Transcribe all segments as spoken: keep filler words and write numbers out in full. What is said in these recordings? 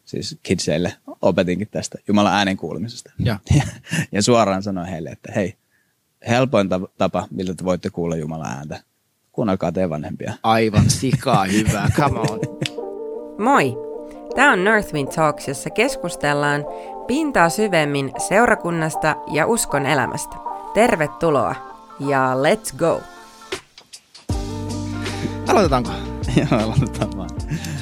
siis kidseille opetinkin tästä Jumalan äänen kuulemisesta. Ja, ja, ja suoraan sanoin heille, että hei, helpoin tapa, millä te voitte kuulla Jumalan ääntä, kuunnelkaa teidän vanhempia. aivan sikaa hyvää, come on. Moi! Tämä on Northwind Talks, jossa keskustellaan pintaa syvemmin seurakunnasta ja uskon elämästä. Tervetuloa ja let's go! Aloitetaanko? Joo, aloitetaan vaan.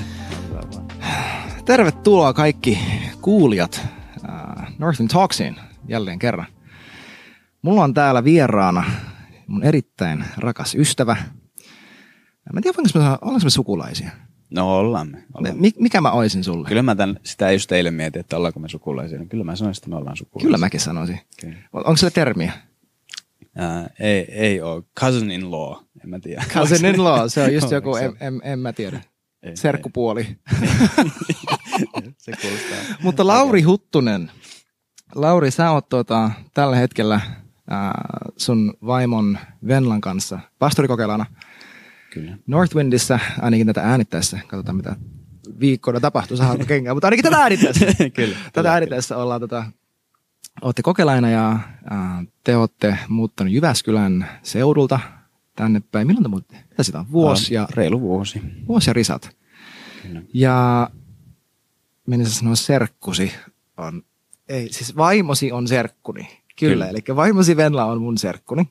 Tervetuloa kaikki kuulijat uh, Northwind Talksiin jälleen kerran. Mulla on täällä vieraana mun erittäin rakas ystävä. Mä en tiedä, ollaanko me sukulaisia? No ollaan me. Ollaan. Mik, mikä mä oisin sulle? Kyllä mä tämän, sitä just teille mietin, että ollaanko me sukulaisia. No, kyllä mä sanoisin, että me ollaan sukulaisia. Kyllä mäkin sanoisin. Kyllä. Onko sille termiä? Uh, ei, ei ole. Cousin-in-law, en mä tiedä. Cousin-in-law, se on just joku, en, en, en mä tiedä. Ei, Serkkupuoli. Se kuulostaa. Mutta Lauri Huttunen, Lauri, sä oot tuota, tällä hetkellä ää, sun vaimon Venlan kanssa pastorikokeilana Kyllä. Northwindissä, ainakin tätä äänittäessä. Katsotaan, mitä viikkoina tapahtuu, saadaanko kengää, mutta ainakin tätä äänittäessä. Kyllä. Tätä äänittäessä ollaan, tota, ootte kokelaina ja ää, te ootte muuttanut Jyväskylän seudulta tänne päin. Milloin te muutte? Mitä sitä on? Vuosi ja... Reilu vuosi. Vuosi ja risat. Kyllä. Ja menisin sanoa serkkusi on, ei siis vaimosi on serkkuni. Kyllä, Kyllä. Eli vaimosi Venla on mun serkkuni.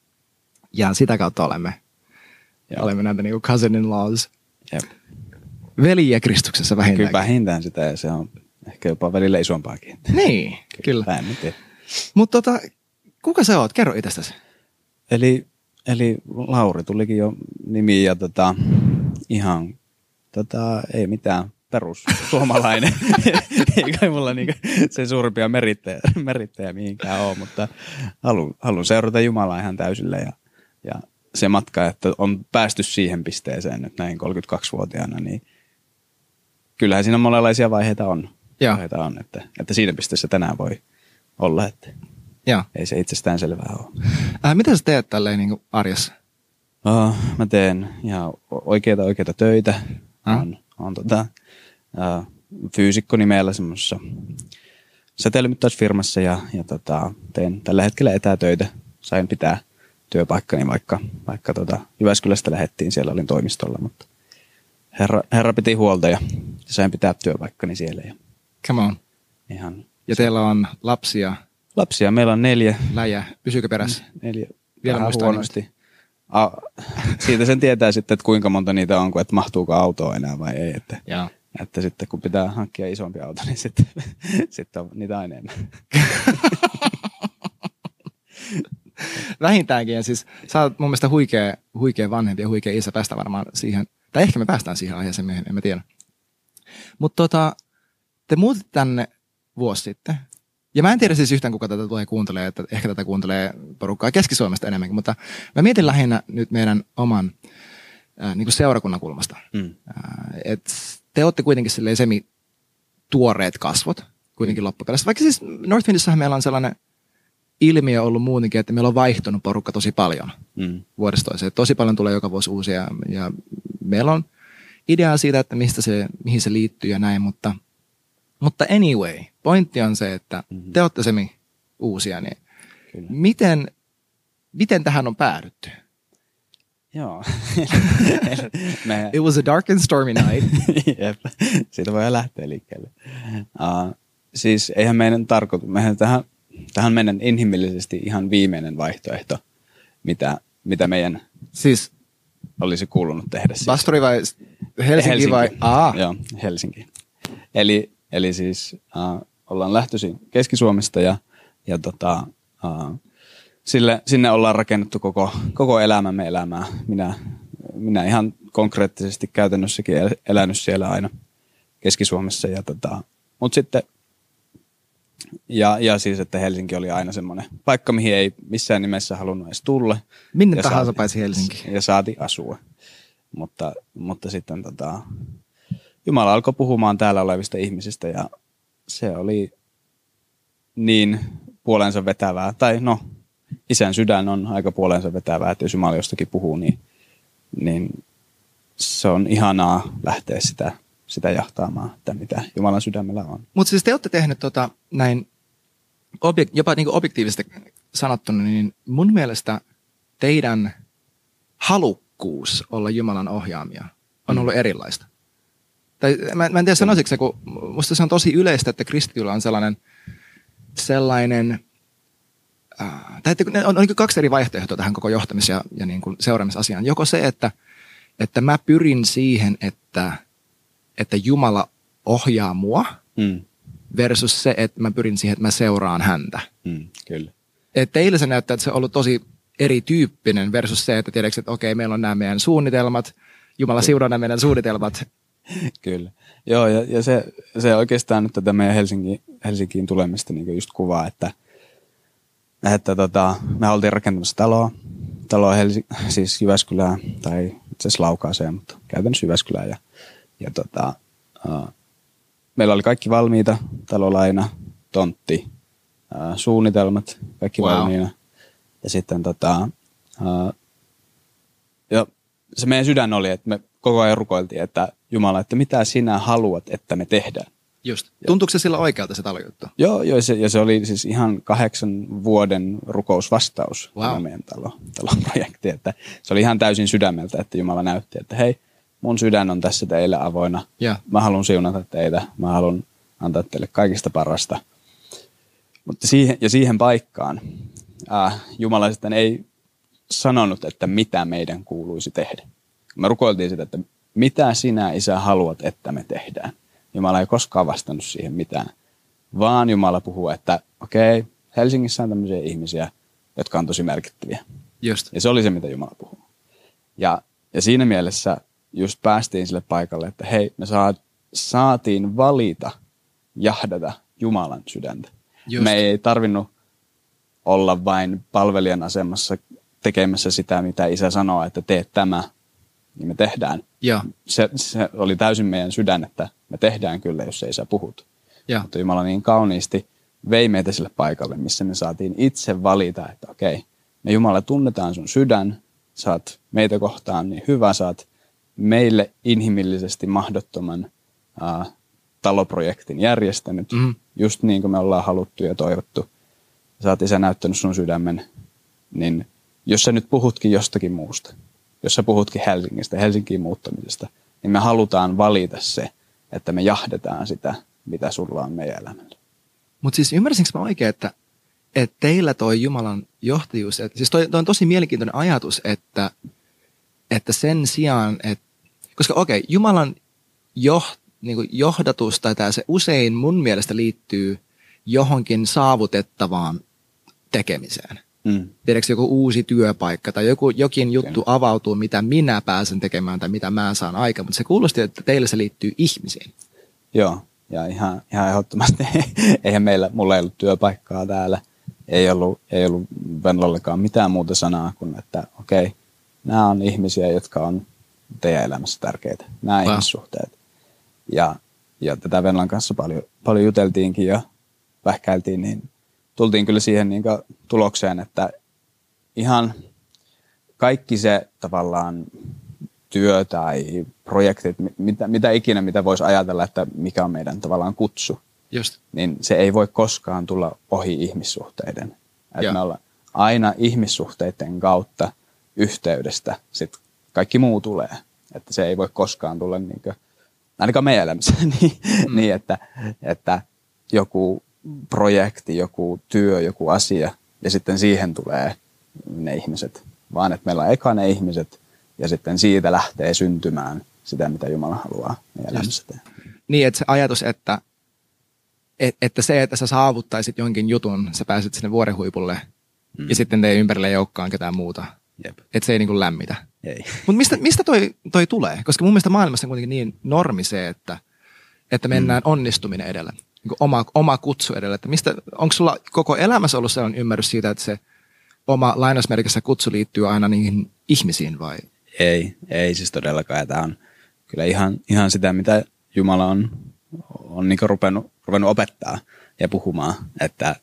Ja sitä kautta olemme, ja olemme näitä niinku cousin-in-laws. Jep. Veljiä Kristuksessa vähintäänkin. Kyllä vähintään sitä ja se on ehkä jopa välillä isompaakin. Niin, kyllä. kyllä. Mutta tota, kuka sä oot? Kerro itsestäsi. Eli, eli Lauri tulikin jo nimi ja tota, ihan tota, ei mitään perus suomalainen. Ei kai mulla niinku se suurimpia merittejä, merittejä mihinkään ole, mutta haluan, haluan seurata Jumalaa ihan täysille ja, ja se matka, että on päästy siihen pisteeseen nyt näin kolmekymmentäkaksivuotiaana, niin kyllähän siinä monenlaisia vaiheita on. Vaiheita on että, että siinä pisteessä tänään voi olla, että ja. Ei se itsestään selvää ole. Äh, mitä sä teet tälleen niin kuin arjessa? Oh, mä teen ihan oikeita oikeita töitä. Äh? On, on tota, uh, fyysikko nimellä semmoisessa säteilymittausfirmassa ja, ja tota, teen tällä hetkellä etätöitä. Sain pitää työpaikkani, vaikka, vaikka tota, Jyväskylästä lähdettiin, siellä olin toimistolla, mutta herra, herra piti huolta ja sain pitää työpaikkani siellä. Ja come on. Ihan. Ja teillä on lapsia? Lapsia, meillä on neljä. Läjä, pysyykö perässä? Neljä, vielä vähän huonosti. A, siitä sen tietää sitten, että kuinka monta niitä on, että mahtuuko autoa enää vai ei. Että, ja. että sitten kun pitää hankkia isompi auto, niin sitten, sitten on niitä aina enemmän. Vähintäänkin, ja siis sä oot mun mielestä huikea, huikea vanhempi ja huikea isä, päästä varmaan siihen, tai ehkä me päästään siihen aiheeseen myöhemmin, en mä tiedä. Mutta tota, te muutitte tänne vuosi sitten, ja mä en tiedä siis yhtään, kuka tätä tulee kuuntelee, että ehkä tätä kuuntelee porukkaa Keski-Suomesta enemmänkin, mutta mä mietin lähinnä nyt meidän oman äh, niin kuin seurakunnan kulmasta. Mm. Äh, et te olette kuitenkin silleen semi-tuoreet kasvot, kuitenkin loppupeleissä. Vaikka siis Northwindissahan meillä on sellainen ilmiö ollut muutenkin, että meillä on vaihtunut porukka tosi paljon mm. vuodesta toiseen. Tosi paljon tulee joka vuosi uusia ja meillä on ideaa siitä, että mistä se, mihin se liittyy ja näin, mutta, mutta anyway, pointti on se, että mm-hmm. te olette semi uusia, niin miten, miten tähän on päädytty? Joo. Me... It was a dark and stormy night. Jep, siitä voi lähteä liikkeelle. Uh, siis eihän meidän tarkoitus, meidän tähän Tähän on meidän inhimillisesti ihan viimeinen vaihtoehto, mitä, mitä meidän siis, olisi kuulunut tehdä. Siis. Pastori vai Helsinki, Helsinki. vai? Aa. Joo, Helsinki. Eli, eli siis uh, ollaan lähtöisin Keski-Suomesta ja, ja tota, uh, sille, sinne ollaan rakennettu koko, koko elämämme elämää. Minä, minä ihan konkreettisesti käytännössäkin elänyt siellä aina Keski-Suomessa. Ja tota, mutta sitten Ja, ja siis, että Helsinki oli aina semmoinen paikka, mihin ei missään nimessä halunnut edes tulla. Minne ja tahansa saati, pääsi Helsinkiin. Ja saati asua. Mutta, mutta sitten tota, Jumala alkoi puhumaan täällä olevista ihmisistä ja se oli niin puolensa vetävää. Tai no, isän sydän on aika puolensa vetävää, että jos Jumala jostakin puhuu, niin, niin se on ihanaa lähteä sitä sitä jahtaamaan, että mitä Jumalan sydämellä on. Mutta siis te olette tehneet tota, näin objek- jopa niinku objektiivisesti sanottuna, niin mun mielestä teidän halukkuus olla Jumalan ohjaamia on ollut erilaista. Tai mä, mä en tiedä sanoisiko se, kun musta se on tosi yleistä, että kristityllä on sellainen, sellainen äh, tai on, on kaksi eri vaihtoehtoa tähän koko johtamis- ja, ja niin kuin seuraamisasiaan. Joko se, että, että mä pyrin siihen, että, että Jumala ohjaa mua, mm. versus se, että mä pyrin siihen, että mä seuraan häntä. Mm, kyllä. Et teillä se näyttää, että se on ollut tosi erityyppinen versus se, että tiedätkö, että okei, meillä on nämä meidän suunnitelmat, Jumala siunaa nämä meidän suunnitelmat. Kyllä. Joo, ja, ja se, se oikeastaan nyt tätä meidän Helsinkiin, Helsinkiin tulemista niin just kuvaa, että, että tota, me oltiin rakentamassa taloa, taloa Helsi- siis Jyväskylään, tai itse asiassa Laukaaseen, mutta käytännössä Jyväskylään. Ja, ja tota, uh, meillä oli kaikki valmiita, talolaina, tontti, uh, suunnitelmat, kaikki wow. valmiina. Ja sitten tota, uh, ja se meidän sydän oli, että me koko ajan rukoiltiin, että Jumala, että mitä sinä haluat, että me tehdään. Just. Tuntuuko se sillä oikealta se talojuttu? Joo, joo se, ja se oli siis ihan kahdeksan vuoden rukousvastaus wow. meidän talo, talon projekti. Että se oli ihan täysin sydämeltä, että Jumala näytti, että hei, mun sydän on tässä teille avoinna. Yeah. Mä haluan siunata teitä, mä haluan antaa teille kaikista parasta. Mutta siihen, ja siihen paikkaan äh, Jumala sitten ei sanonut, että mitä meidän kuuluisi tehdä. Me rukoiltiin sitä, että mitä sinä, Isä, haluat, että me tehdään. Jumala ei koskaan vastannut siihen mitään, vaan Jumala puhuu, että okei, okay, Helsingissä on tämmöisiä ihmisiä, jotka on tosi merkittäviä. Just. Ja se oli se, mitä Jumala puhuu. Ja, ja siinä mielessä just päästiin sille paikalle, että hei, me saa, saatiin valita jahdata Jumalan sydäntä. Just. Me ei tarvinnut olla vain palvelijan asemassa tekemässä sitä, mitä Isä sanoo, että teet tämä, niin me tehdään. Ja. Se, se oli täysin meidän sydän, että me tehdään kyllä, jos ei sä puhut. Ja. Mutta Jumala niin kauniisti vei meitä sille paikalle, missä me saatiin itse valita, että okei, me Jumala tunnetaan sun sydän, saat meitä kohtaan niin hyvä, saat meille inhimillisesti mahdottoman uh, taloprojektin järjestänyt, mm. just niin kuin me ollaan haluttu ja toivottu. Sä oot Isä näyttänyt sun sydämen, niin jos sä nyt puhutkin jostakin muusta, jos sä puhutkin Helsingistä, Helsinkiin muuttamisesta, niin me halutaan valita se, että me jahdetaan sitä, mitä sulla on meidän elämällä. Mutta siis ymmärsinkö mä oikein, että, että teillä toi Jumalan johtajuus, että, siis toi, toi on tosi mielenkiintoinen ajatus, että, että sen sijaan, että, koska okei, okay, Jumalan joh, niin kuin johdatus tai tämä se usein mun mielestä liittyy johonkin saavutettavaan tekemiseen. Mm. Tiedätkö, joku uusi työpaikka tai joku, jokin juttu Kyllä. avautuu, mitä minä pääsen tekemään tai mitä mä saan aikaan, mutta se kuulosti, että teille se liittyy ihmisiin. Joo, ja ihan, ihan ehdottomasti. Eihän meillä, mulla ei ollut työpaikkaa täällä, ei ollut, ei ollut Venlollekaan mitään muuta sanaa kuin, että okei, okay, nämä on ihmisiä, jotka on teidän elämässä tärkeitä, nämä wow. ihmissuhteet. Ja, ja tätä Venlan kanssa paljon, paljon juteltiinkin ja vähkäiltiin, niin tultiin kyllä siihen niin kuin tulokseen, että ihan kaikki se tavallaan työ tai projektit, mitä, mitä ikinä, mitä voisi ajatella, että mikä on meidän tavallaan kutsu, Just. niin se ei voi koskaan tulla ohi ihmissuhteiden. Että me ollaan aina ihmissuhteiden kautta yhteydestä, sit kaikki muu tulee. Että se ei voi koskaan tulla, niin kuin, ainakaan meidän elämässä, niin, mm. niin että, että joku projekti, joku työ, joku asia, ja sitten siihen tulee ne ihmiset. Vaan että meillä on eka ne ihmiset, ja sitten siitä lähtee syntymään sitä, mitä Jumala haluaa meidän elämässä tehdä. Niin, että se ajatus, että, että se, että sä saavuttaisit jonkin jutun, sä pääset sinne vuorenhuipulle, mm. ja sitten teidän ympärille ei olekaan ketään muuta. Jep. Että se ei niin kuin lämmitä. Ei. Mutta mistä, mistä toi, toi tulee? Koska mun mielestä maailmassa on kuitenkin niin normi se, että, että mennään mm. onnistuminen edellä. Niin oma, oma kutsu edellä. Että mistä, onko sulla koko elämässä ollut sellainen ymmärrys siitä, että se oma lainausmerkissä kutsu liittyy aina niihin ihmisiin vai? Ei, ei siis todellakaan. Tämä on kyllä ihan, ihan sitä, mitä Jumala on, on niin ruvennut, ruvennut opettaa ja puhumaan. Että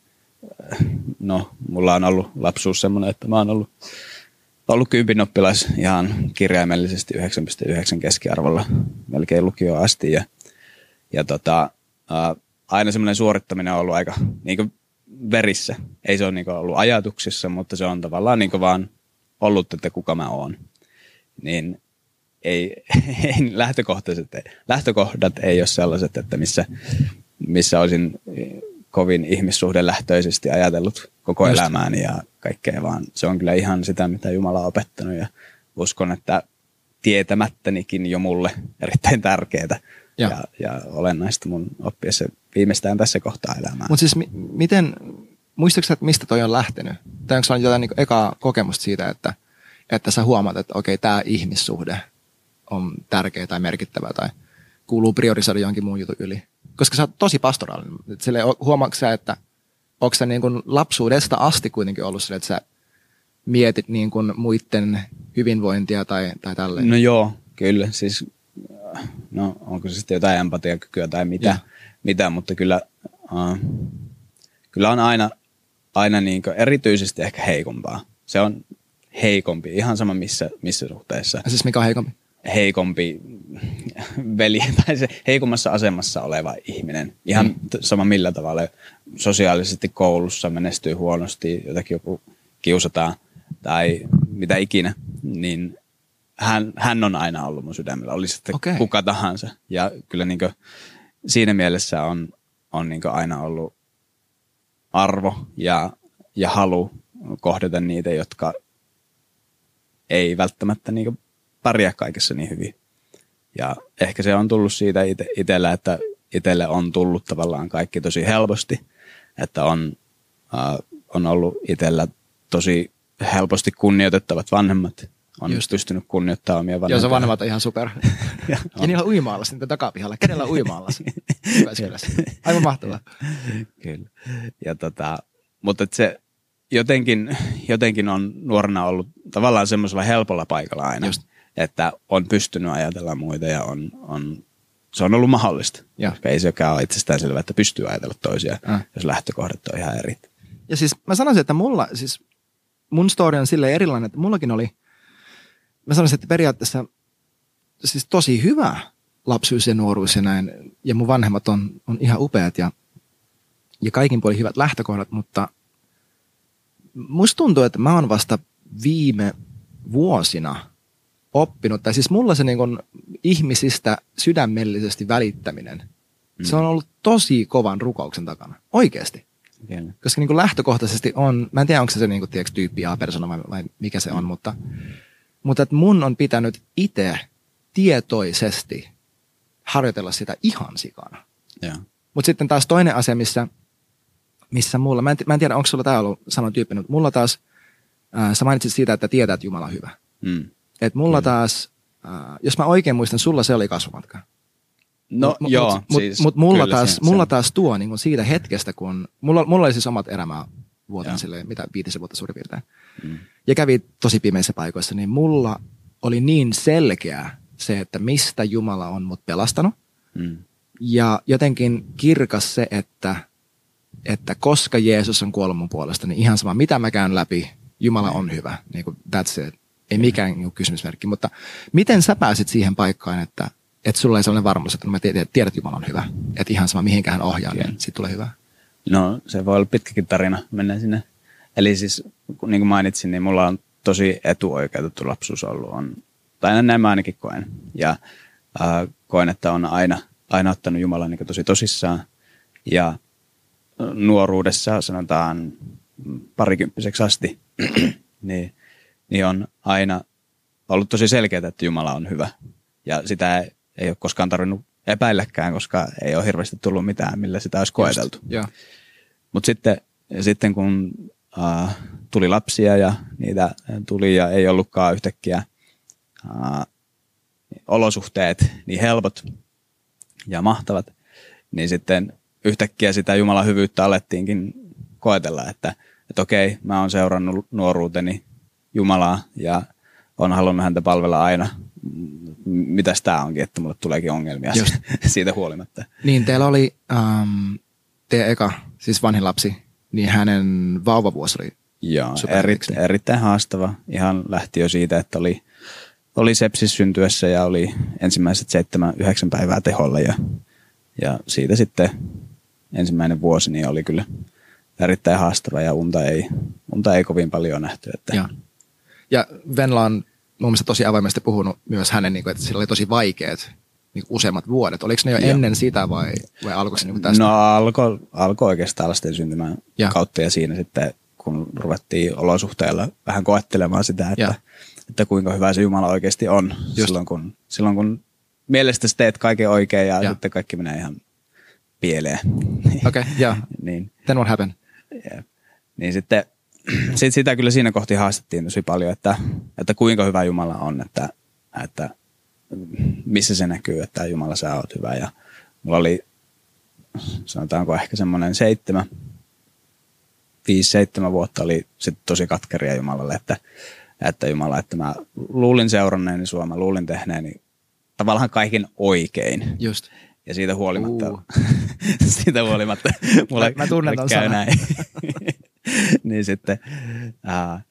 no, mulla on ollut lapsuus semmoinen, että mä oon ollut, ollut kympin oppilas ihan kirjaimellisesti yhdeksän pilkku yhdeksän keskiarvolla melkein lukioon asti. Ja ja tota, uh, aina semmoinen suorittaminen on ollut aika niin kuin verissä. Ei se ole niin kuin ollut ajatuksissa, mutta se on tavallaan niin kuin vaan ollut, että kuka mä oon. Niin ei, ei lähtökohtaiset, lähtökohdat ei ole sellaiset, että missä, missä olisin kovin ihmissuhdelähtöisesti ajatellut koko Just. elämääni ja kaikkea, vaan se on kyllä ihan sitä, mitä Jumala on opettanut ja uskon, että tietämättänikin jo mulle erittäin tärkeää ja. Ja, ja olennaista mun oppiessa viimeistään tässä kohtaa elämää. Mutta siis mi- miten, muistatko että mistä toi on lähtenyt? Tai onko sulla jotain niin ekaa kokemusta siitä, että, että sä huomaat, että okei, tämä ihmissuhde on tärkeä tai merkittävä tai kuuluu priorisoida jonkin muun jutun yli? Koska sä oot tosi pastoraalinen. Sille, huomaatko sä, että onko sä niin kuin lapsuudesta asti kuitenkin ollut sille, että sä mietit niin kuin muiden hyvinvointia tai, tai tälleen? No joo, kyllä. Siis, no onko se sitten jotain empatiakykyä tai mitä, mitä mutta kyllä, uh, kyllä on aina, aina niin kuin erityisesti ehkä heikompaa. Se on heikompi, ihan sama missä, missä suhteessa. Ja siis mikä on heikompi? heikompi veli tai se heikommassa asemassa oleva ihminen. Ihan mm. sama millä tavalla sosiaalisesti koulussa menestyy huonosti, jotakin joku kiusataan tai mitä ikinä, niin hän, hän on aina ollut mun sydämellä, oli sitten okay. kuka tahansa. Ja kyllä niin kuin siinä mielessä on, on niin kuin aina ollut arvo ja, ja halu kohdata niitä, jotka ei välttämättä niin kuin pärjää kaikessa niin hyvin. Ja ehkä se on tullut siitä ite, itsellä, että itselle on tullut tavallaan kaikki tosi helposti. Että on, äh, on ollut itsellä tosi helposti kunnioitettavat vanhemmat. On just pystynyt kunnioittamaan omia vanhempia. Joo, se vanhemmat on ihan super. ja, ja niillä on uima-allas niitä takapihalla. Kenellä on uima-allas? Aivan mahtavaa. Kyllä. Ja tota, mutta se jotenkin, jotenkin on nuorena ollut tavallaan semmoisella helpolla paikalla aina. Just. Että on pystynyt ajatella muita ja on, on, se on ollut mahdollista. Ja. Koska ei sekään ole itsestään selvä, että pystyy ajatella toisia, äh. jos lähtökohdat on ihan eri. Ja siis mä sanoisin, että mulla, siis mun story on silleen erilainen, että mullakin oli, mä sanoisin, että periaatteessa siis tosi hyvä lapsuus ja nuoruus ja näin. Ja mun vanhemmat on, on ihan upeat ja, ja kaikin puolin hyvät lähtökohdat, mutta musta tuntuu, että mä oon vasta viime vuosina oppinut, tai siis mulla se niin kuin ihmisistä sydämellisesti välittäminen, mm. se on ollut tosi kovan rukouksen takana. Oikeasti. Kyllä. Koska niin kuin lähtökohtaisesti on, mä en tiedä onko se se niin kuin, tiedätkö, tyyppi A-persona vai, vai mikä se on, mm. mutta, mutta että mun on pitänyt itse tietoisesti harjoitella sitä ihan sikana. Yeah. Mutta sitten taas toinen asia, missä, missä mulla, mä en, mä en tiedä onko sulla tää ollut saman tyyppi, mutta mulla taas, äh, sä mainitsit siitä, että tietää, että Jumala on hyvä. Mm. Että mulla Kyllä. taas, äh, jos mä oikein muistan, sulla se oli kasvumatka. No mut, joo, mut, siis Mutta mulla, taas, sen, mulla taas tuo niin siitä hetkestä, kun mulla, mulla oli siis omat elämävuoten silleen, mitä viitisen vuotta suurin piirtein. Mm. Ja kävi tosi pimeissä paikoissa, niin mulla oli niin selkeä se, että mistä Jumala on mut pelastanut. Mm. Ja jotenkin kirkas se, että, että koska Jeesus on kuollut mun puolesta, niin ihan sama, mitä mä käyn läpi, Jumala on hyvä. Niin kuin that's it. Ei mikään niin kysymysmerkki, mutta miten sä pääsit siihen paikkaan, että, että sulla ei sellainen varmuus, että mä tiedän, että Jumala on hyvä. Että ihan sama, mihinkään ohjaa, niin siitä tulee hyvä. No se voi olla pitkäkin tarina mennä sinne. Eli siis niin kuin mainitsin, niin mulla on tosi etuoikeutettu lapsuus ollut. On, tai näin mä ainakin koen. Ja äh, koen, että on aina, aina ottanut Jumalan niin tosi tosissaan. Ja nuoruudessa sanotaan parikymppiseksi asti, niin niin on aina ollut tosi selkeää, että Jumala on hyvä. Ja sitä ei, ei ole koskaan tarvinnut epäilläkään, koska ei ole hirveästi tullut mitään, millä sitä olisi koeteltu. Mutta sitten, sitten kun äh, tuli lapsia ja niitä tuli ja ei ollutkaan yhtäkkiä äh, olosuhteet niin helpot ja mahtavat, niin sitten yhtäkkiä sitä Jumalan hyvyyttä alettiinkin koetella, että, että okei, mä oon seurannut nuoruuteni Jumalaa ja on halunnut häntä palvella aina. Mitäs tää onkin, että mulle tuleekin ongelmia Just. siitä huolimatta. Niin, teillä oli ähm, teidän eka, siis vanhin lapsi, niin hänen vauvavuosi oli Joo, eri, erittäin haastava. Ihan lähti jo siitä, että oli, oli sepsis syntyessä ja oli ensimmäiset seitsemän, yhdeksän päivää teholla ja, ja siitä sitten ensimmäinen vuosi niin oli kyllä erittäin haastava ja unta ei, unta ei kovin paljon nähty. Että. Ja, ja Venla on mun mielestä tosi avoimesti puhunut myös hänen, niin kuin, että sillä oli tosi vaikeat niin useammat vuodet. Oliko ne jo Joo. ennen sitä vai, vai alkoi se niin tästä? No alkoi alko oikeastaan lasten syntymään ja. kautta ja siinä sitten, kun ruvettiin olosuhteilla vähän koettelemaan sitä, että, että kuinka hyvä se Jumala oikeasti on. Silloin kun, silloin kun mielestäsi teet kaiken oikein ja, ja. sitten kaikki menee ihan pieleen. Okei, okay, joo. niin. Then what happened? Yeah. Niin sitten sit sitä kyllä siinä kohti haastettiin tosi paljon, että, että kuinka hyvä Jumala on, että, että missä se näkyy, että Jumala sä oot hyvä. Ja mulla oli, sanotaanko ehkä semmoinen seitsemän, viisi, seitsemän vuotta oli sitten tosi katkeria Jumalalle, että, että Jumala, että mä luulin seuranneeni sua, mä luulin tehneeni tavallaan kaiken oikein. Just. Ja siitä huolimatta, uh. siitä huolimatta mulle, mä, mä tunnen mulle käy näin. niin sitten ää,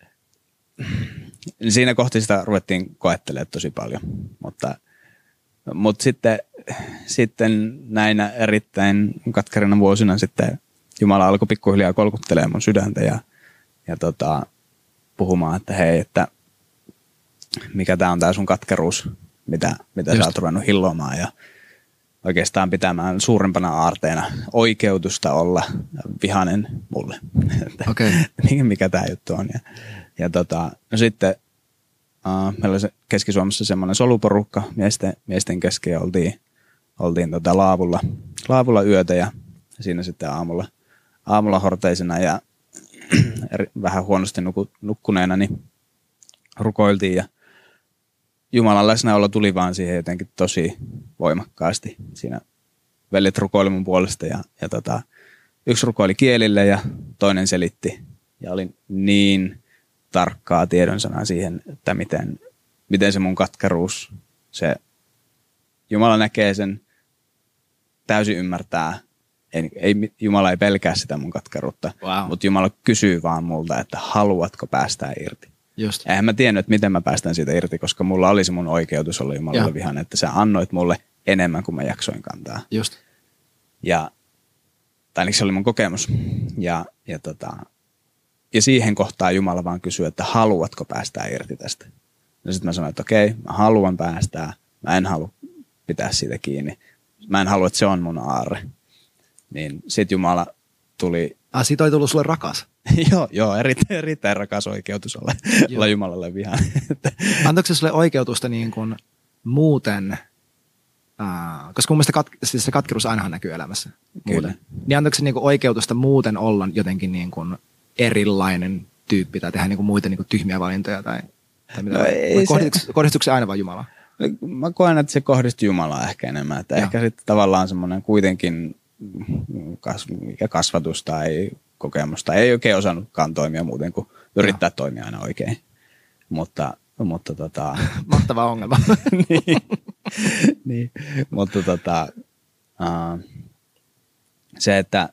siinä kohti sitä ruvettiin koettelemaan tosi paljon. Mutta, mutta sitten, sitten näinä erittäin katkerina vuosina sitten Jumala alkoi pikkuhiljaa kolkuttelemaan mun sydäntä ja, ja tota, puhumaan, että hei, että mikä tää on tää sun katkeruus, mitä, mitä sä oot ruvennut hilloamaan ja oikeastaan pitämään suurempana aarteena oikeutusta olla vihainen mulle. Okay. mikä tämä juttu on. Ja, ja tota, no sitten uh, meillä oli Keski-Suomessa semmoinen soluporukka miesten, miesten kesken ja oltiin, oltiin tota laavulla, laavulla yötä ja siinä sitten aamulla, aamulla horteisena ja vähän huonosti nuku, nukkuneena niin rukoiltiin ja Jumalan läsnäolo tuli vaan siihen jotenkin tosi voimakkaasti. Siinä veljet rukoili mun puolesta ja, ja tota, yksi rukoili kielille ja toinen selitti. Ja oli niin tarkkaa tiedonsanaa siihen, että miten, miten se mun katkeruus, se Jumala näkee sen, täysin ymmärtää. Ei, ei, Jumala ei pelkää sitä mun katkeruutta, wow. mutta Jumala kysyy vaan multa, että haluatko päästää irti. Just. Eihän mä tiennyt, että miten mä päästän siitä irti, koska mulla oli se mun oikeutus olla Jumalalle vihainen, että sä annoit mulle enemmän kuin mä jaksoin kantaa. Just. Ja, tai ainakin se oli mun kokemus. Ja, ja, tota, ja siihen kohtaan Jumala vaan kysyy, että haluatko päästää irti tästä. Ja sitten mä sanoin, että okei, mä haluan päästää, mä en halua pitää siitä kiinni. Mä en halua, että se on mun aarre. Niin sit Jumala tuli... Ah, siitä oli tullut sulle rakas. joo, joo erittäin, erittäin rakas oikeutus olla, olla Jumalalle vihainen. Antoiko se sulle oikeutusta niin kuin muuten, äh, koska mun mielestä kat, siis se katkeruus ainahan näkyy elämässä muuten. Kyllä. Niin antoiko se niin kuin oikeutusta muuten olla jotenkin niin kuin erilainen tyyppi tai tehdä niin kuin muita niin kuin tyhmiä valintoja? Tai, tai mitä? No ei kohdistuiko, se... kohdistuiko se aina vaan Jumalaan? Mä koen, että se kohdistui Jumalaan ehkä enemmän. Että ehkä sitten tavallaan semmoinen kuitenkin kas, kasvatus tai kokemusta. Ei oikein osannutkaan toimia muuten kuin yrittää Joo. toimia aina oikein. Mutta, mutta tota... Mahtava ongelma. niin, niin, mutta tota, uh, se, että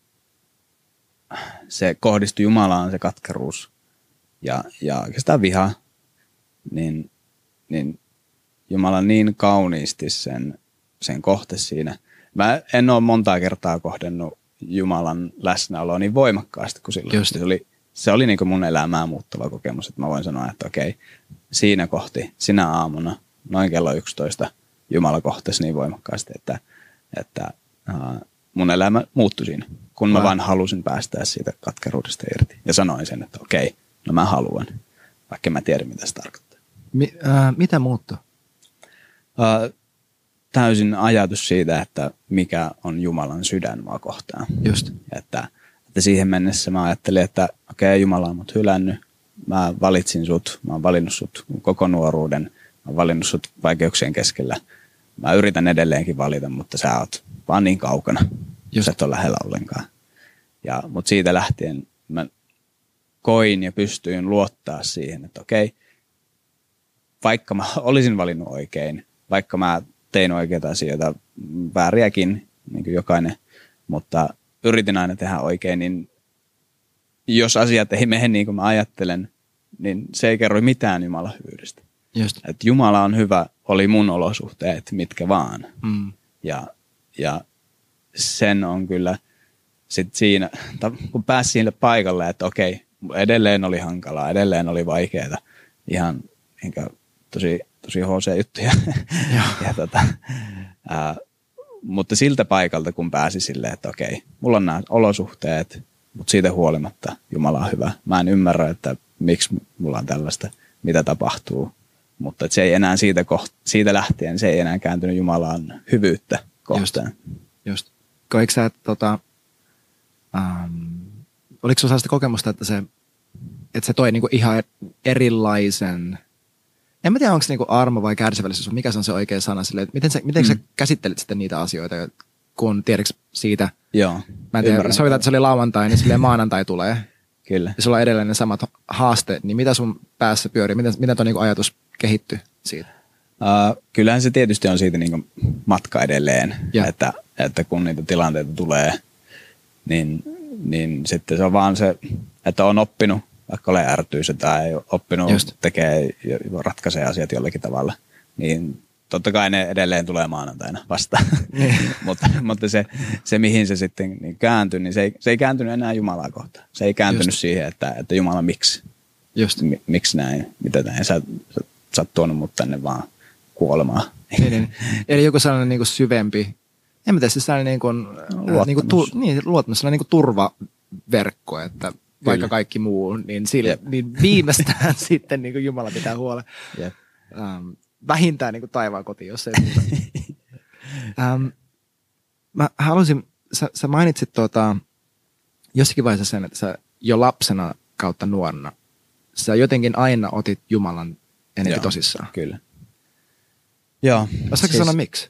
se kohdistui Jumalaan se katkeruus ja, ja oikeastaan viha, niin, niin Jumala niin kauniisti sen, sen kohte siinä. Mä en ole montaa kertaa kohdennut Jumalan läsnäoloa niin voimakkaasti kuin silloin. Se oli, se oli niin kuin mun elämää muuttava kokemus, että mä voin sanoa, että okei, siinä kohti, sinä aamuna, noin kello yksitoista, Jumala kohtasi niin voimakkaasti, että, että uh, mun elämä muuttui siinä, kun mä Vai. vaan halusin päästää siitä katkeruudesta irti. Ja sanoin sen, että okei, no mä haluan, vaikka mä tiedän, mitä se tarkoittaa. Mi- äh, mitä muuttui? Uh, täysin ajatus siitä, että mikä on Jumalan sydän mua kohtaan. Just. Että, että siihen mennessä mä ajattelin, että okei, okay, Jumala on mut hylännyt. Mä valitsin sut, mä oon valinnut sut koko nuoruuden. Mä oon valinnut sut vaikeuksien keskellä. Mä yritän edelleenkin valita, mutta sä oot vaan niin kaukana. Just. Sä et ole lähellä ollenkaan. Ja, mutta siitä lähtien mä koin ja pystyin luottaa siihen, että okei, okay, vaikka mä olisin valinnut oikein, vaikka mä tein oikeita asioita, vääriäkin, niin kuin jokainen, mutta yritin aina tehdä oikein, niin jos asiat ei mene niin kuin mä ajattelen, niin se ei kerro mitään Jumalan hyvyydestä. Just. Että Jumala on hyvä, oli mun olosuhteet, mitkä vaan. Mm. Ja, ja sen on kyllä sit siinä, kun pääsi sille paikalle, että okei, edelleen oli hankalaa, edelleen oli vaikeaa, ihan enkä, tosi, tosi H C-juttuja. ja, tota, ää, mutta siltä paikalta, kun pääsi silleen, että okei, mulla on nämä olosuhteet, mutta siitä huolimatta Jumala on hyvä. Mä en ymmärrä, että miksi mulla on tällaista, mitä tapahtuu. Mutta se ei enää siitä, koht- siitä lähtien, se ei enää kääntynyt Jumalan hyvyyttä kohtaan. Just, just. Koiko sä, tota, ähm, oliko sulla sellaista kokemusta, että se, että se toi niinku ihan erilaisen, en mä tiedä, onko se niinku armo vai kärsivällisyys, mikä se on se oikea sana sille, että miten, sä, miten mm. sä käsittelit sitten niitä asioita, kun tiedätkö siitä, Joo, mä en tiedä, sovitaan, että se oli lauantai, niin silleen maanantai tulee. Kyllä. Ja sulla on edelleen ne samat haasteet, niin mitä sun päässä pyörii, miten, miten tuo niinku ajatus kehittyy siitä? Uh, kyllähän se tietysti on siitä niinku matka edelleen, että, että kun niitä tilanteita tulee, niin, niin sitten se on vaan se, että on oppinut, vaikka ole ärtyysä tai oppinut Just. tekee ja ratkaisee asiat jollakin tavalla, niin totta kai ne edelleen tulee maanantaina vastaan. mutta mutta se, se, mihin se sitten niin kääntyi, niin se ei, se ei kääntynyt enää Jumalaa kohtaan. Se ei kääntynyt Just. siihen, että, että Jumala miksi? Just. M- miksi näin? Mitä näin? Sä, sä, sä oot tuonut mut tänne vaan kuolemaan. Niin, niin. Eli joku sellainen niin kuin syvempi, en mä tiedä, siis sellainen niin kuin, luottamus. Niin kuin, tu, niin, luottamus, sellainen niin kuin turvaverkko, että Kyllä. vaikka kaikki muu, niin, sille, niin viimeistään sitten niin kuin Jumala pitää huolen. Yep. Um, vähintään niin kuin taivaan kotiin, jos ei muuta. um, mä halusin, sä, sä mainitsit tuota, jossakin vaiheessa sen, että sä jo lapsena kautta nuorena, sä jotenkin aina otit Jumalan enemmän Joo, tosissaan. Kyllä. Joo. Osaatko siis sanoa miksi?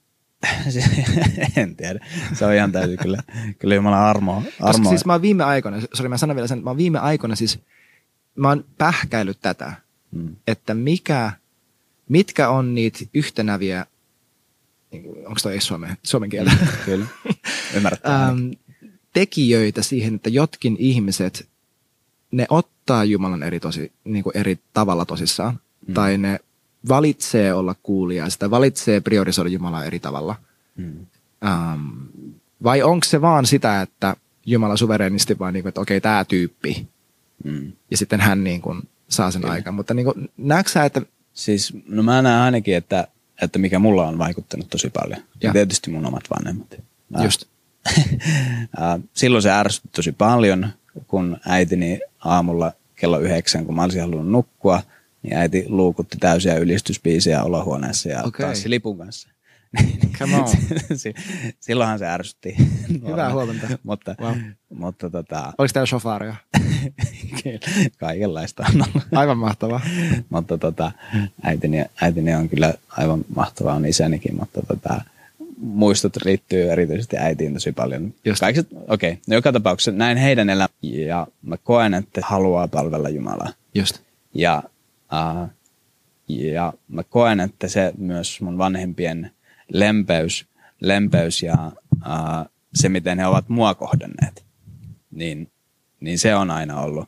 En tiedä. Se on ihan täytyy kyllä, kyllä Jumalan armoa. Koska siis mä oon viime aikoina, sori mä sanon vielä sen, mä oon viime aikoina siis, mä oon pähkäillyt tätä, hmm. että mikä, mitkä on niitä yhtenäviä, onko toi ei suomen, suomen kieltä? Hmm, kyllä, ymmärrättää. ähm, tekijöitä siihen, että jotkin ihmiset, ne ottaa Jumalan eri, tosi, niin kuin eri tavalla tosissaan, hmm. tai ne valitsee olla kuulija, sitä valitsee priorisoida Jumalaa eri tavalla. Hmm. Ähm, vai onko se vaan sitä, että Jumala suverenisti vaan niin kuin, että okei, tämä tyyppi, hmm. ja sitten hän niin kuin saa sen Kyllä. aikaan. Mutta niin kuin, näetkö sä, että... Siis, no mä näen ainakin, että, että mikä mulla on vaikuttanut tosi paljon. Ja tietysti mun omat vanhemmat. Mä, Just. Silloin se ärsytti tosi paljon, kun äitini aamulla kello yhdeksän, kun mä olisin halunnut nukkua, niin äiti luukutti täysiä ylistysbiisejä olohuoneessa ja okay. tanssi lipun kanssa. Come on. Silloinhan se ärsytti. Hyvää huomenta. mutta, wow. mutta tota... Oliko täällä shofaaria? Kaikenlaista on ollut. Aivan mahtavaa. mutta tota, äitini, äitini on kyllä aivan mahtavaa, on isänikin, mutta tota, muistot riittyy erityisesti äitiin tosi paljon. Okei, okay, no joka tapauksessa näin heidän elämä ja mä koen, että haluaa palvella Jumalaa. Just. Ja, uh, ja mä koen, että se myös mun vanhempien lempeys, lempeys ja uh, se, miten he ovat mua kohdanneet, niin, niin se on aina ollut.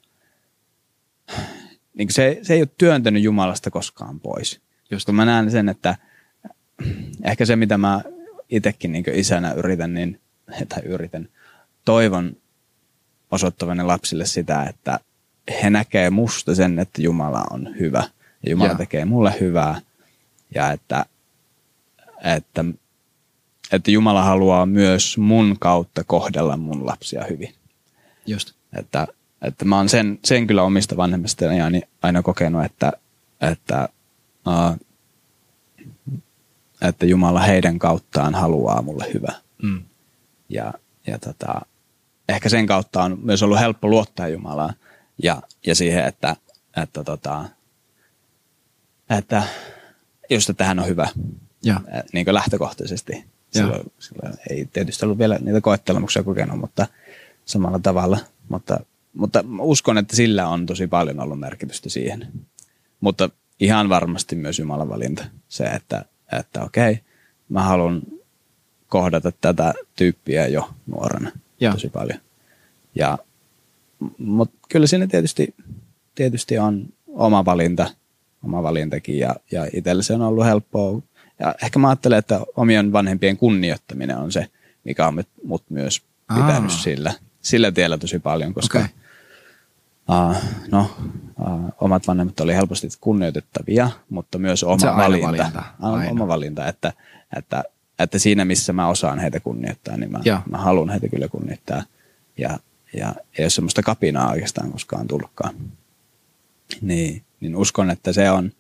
Niin se, se ei ole työntänyt Jumalasta koskaan pois. Just kun mä näen sen, että ehkä se, mitä mä itsekin niin isänä yritän, niin, tai yritän, toivon osoittavani lapsille sitä, että he näkee musta sen, että Jumala on hyvä. Ja Jumala yeah. tekee mulle hyvää. Ja että, että, että Jumala haluaa myös mun kautta kohdella mun lapsia hyvin. Just. Että, että mä oon sen, sen kyllä omista vanhemmistani aina, aina kokenut, että, että, uh, että Jumala heidän kauttaan haluaa mulle hyvää. Mm. Ja, ja tota, ehkä sen kautta on myös ollut helppo luottaa Jumalaan. Ja, ja siihen, että, että, tota, että just, että hän on hyvä ja. Niin kuin lähtökohtaisesti. Silloin, silloin ei tietysti ollut vielä niitä koettelemuksia kokenut, mutta samalla tavalla. Mutta, mutta uskon, että sillä on tosi paljon ollut merkitystä siihen. Mutta ihan varmasti myös Jumalan valinta. Se, että, että okei, mä haluan kohdata tätä tyyppiä jo nuorena ja. Tosi paljon. Ja mutta kyllä siinä tietysti, tietysti on oma valinta, oma valintakin ja, ja itselle se on ollut helppoa. Ja ehkä mä ajattelen, että omien vanhempien kunnioittaminen on se, mikä on mut myös pitänyt Aa. sillä, sillä tiellä tosi paljon, koska Okay. uh, no, uh, omat vanhemmat oli helposti kunnioitettavia, mutta myös oma Se on aina valinta. valinta. Aina. Oma valinta, että, että, että siinä missä mä osaan heitä kunnioittaa, niin mä, mä haluan heitä kyllä kunnioittaa. Ja, ja ei ole semmoista kapinaa oikeastaan koskaan tullutkaan. Niin, niin uskon, että se on,